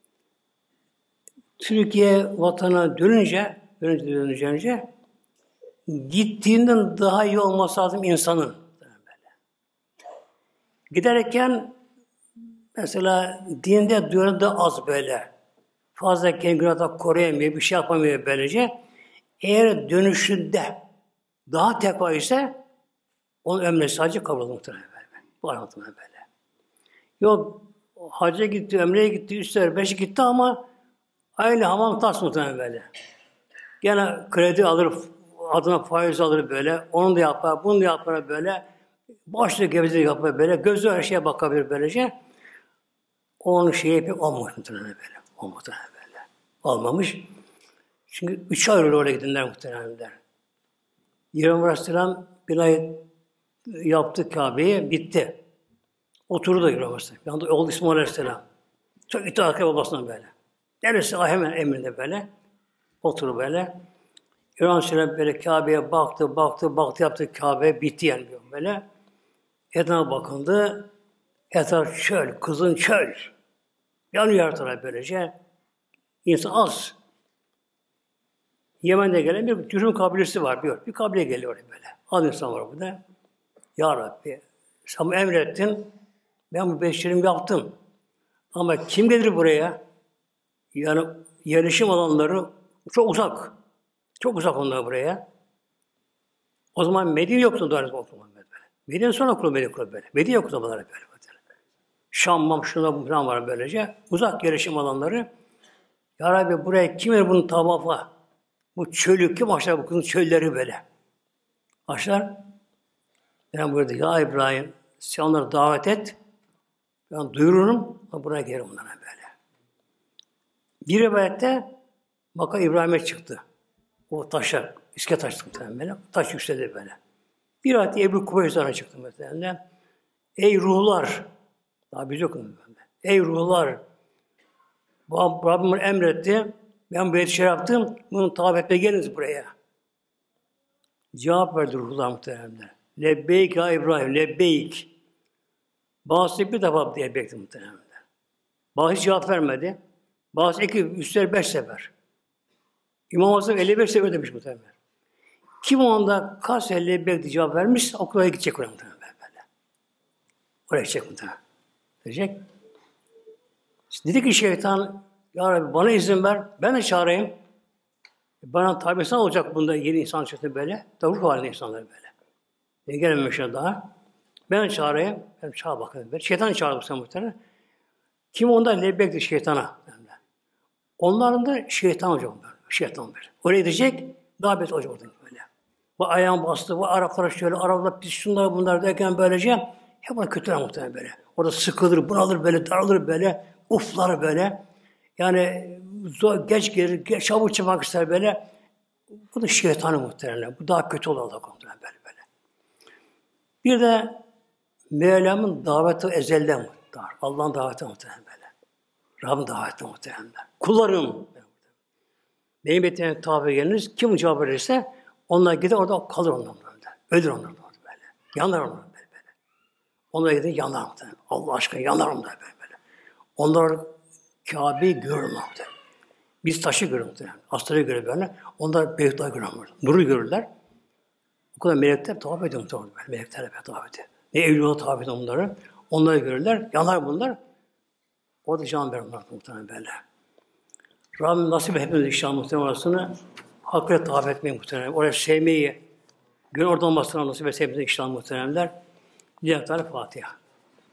Türkiye vatana dönünce dönünce dönünce gittiğinden daha iyi olması lazım insanın. Giderken mesela dinde duyarı da az böyle. Fazla kendini günahdan koruyamıyor, bir şey yapamıyor böylece. Eğer dönüşünde daha tekva ise onun ömrü sadece kabul olur muhtemelen böyle. Bu anlatımda böyle. Yok hacca gitti, ömreye gitti, üç sefer beşi gitti ama aynı hamam tas muhtemelen böyle. Gene kredi alır, adına faiz alır böyle. Onu da yapar, bunu da yapar böyle. Başlı gevezelik yapar böyle. Gözü her şeye bakabilir böylece. Onun şeyi hep olmamış muhtemelen böyle. Olmamış böyle. Olmamış. Çünkü üç ay oraya gidenler muhtemelen. İbrahim Aleyhisselam bir ay yaptı Kabe'yi, bitti. Oturdu da İbrahim Aleyhisselam. Yanında oğlu İsmail Aleyhisselam. Çok itaat babasından böyle. Neresi hemen emrinde böyle. Oturdu böyle. İbrahim Aleyhisselam böyle Kabe'ye baktı, baktı, baktı, yaptı Kabe, bitti yani böyle. Etrafına bakıldı. Etraf çöl, kızın çöl. Yanıyor her taraf böylece. İnsan az. Yemen'de gelen bir Cürhüm kabilesi var. Bir, bir kabile geliyor böyle. Az insan var burada. Ya Rabbi, sen emrettin. Ben bu beşerim yaptım. Ama kim gelir buraya? Yani yerleşim alanları çok uzak. Çok uzak onlar buraya. O zaman Medine yoktu doğrusu okuma böyle. Medine sonra kuruldu Medine kuruldu böyle. Medine yoktu bunlar böyle. Şam, Mam, şuna falan var böylece. Uzak yerleşim alanları. Ya Rabbi buraya kim verir bunun tavafa? Bu çölü kim aşar bu kızın çölleri böyle? Aşar. Ben burada ya İbrahim sen onları davet et. Ben duyururum. Buraya gelirim onlara böyle. Bir rivayette Maka İbrahim'e çıktı. O taşa, iske taş çıktı böyle. Taş yükseldi böyle. Bir ayette Ebu Kubeysa'na çıktı mesela. Ey ruhlar! Daha biz yokuz böyle. Ey ruhlar! Bu Rabbim emretti. Ben bu şey yaptım. Bunu tabi etmeye geliniz buraya. Cevap verdi ruhlar muhteremler. Lebbeyk ya İbrahim, lebbeyk. Bazısı bir defa diye bekletti muhteremler. Bazı cevap vermedi. Bazı iki, üstler beş sefer. İmam Hazretleri elli beş sefer demiş muhteremler. Kim onda kaç elli beş cevap vermiş, okula gidecek oraya muhteremler böyle. Oraya gidecek muhteremler. Diyecek. İşte dedi ki şeytan, ya Rabbi bana izin ver, ben de çağırayım. Bana tabi olacak bunda yeni insan çıktı böyle. Tavuk halinde insanlar böyle. E, gelememiş daha. Ben çağırayım. Ben çağır bakalım. Ben şeytan çağırdım sen muhtemelen. Kim ondan lebbekti şeytana. Onların da şeytan olacak. Şeytan böyle. Oraya gidecek, daha beter olacak oradan böyle. Bu ayağım bastı, bu Araplara şöyle, Araplar pis şunlar bunlar derken böylece hep ona kötüler muhtemelen böyle. Orada sıkılır, bunalır böyle, daralır böyle, uflar böyle. Yani zor, geç gelir, geç, çabuk çıkmak ister böyle. Bu da şeytanı muhtemelen. Bu daha kötü olur Allah muhtemelen böyle böyle. Bir de Mevlam'ın daveti ezelden muhtemelen. Allah'ın daveti muhtemelen böyle. Rabb'in daveti muhtemelen. Kullarım. Benim ettiğine tabi geliniz. Kim cevap verirse onlar gider orada kalır onlar. Ölür onlar böyle. Yanar onlar böyle böyle. Onlar gider yanar muhtemelen. Allah aşkına yanar onlar böyle böyle. Onlar Kabe'yi görür muhtemelen. Biz taşı görürüz muhtemelen. Aslanı görür böyle. Onlar Beytullah görürler. Nuru görürler. O kadar melekler tavaf ediyor muhtemelen. Melekler de tavaf ediyor. Ne evliyalar tavaf ediyor onları. Onları görürler. Yanar bunlar. Orada can verir bunlar muhtemelen böyle. Rabbim nasip hepimiz inşallah muhtemelen orasını hakkıyla tavaf etmeyi muhtemelen. Oraya sevmeyi, gün orada olmasına nasip etse hepimiz inşallah muhtemelenler. Diğer tane Fatiha.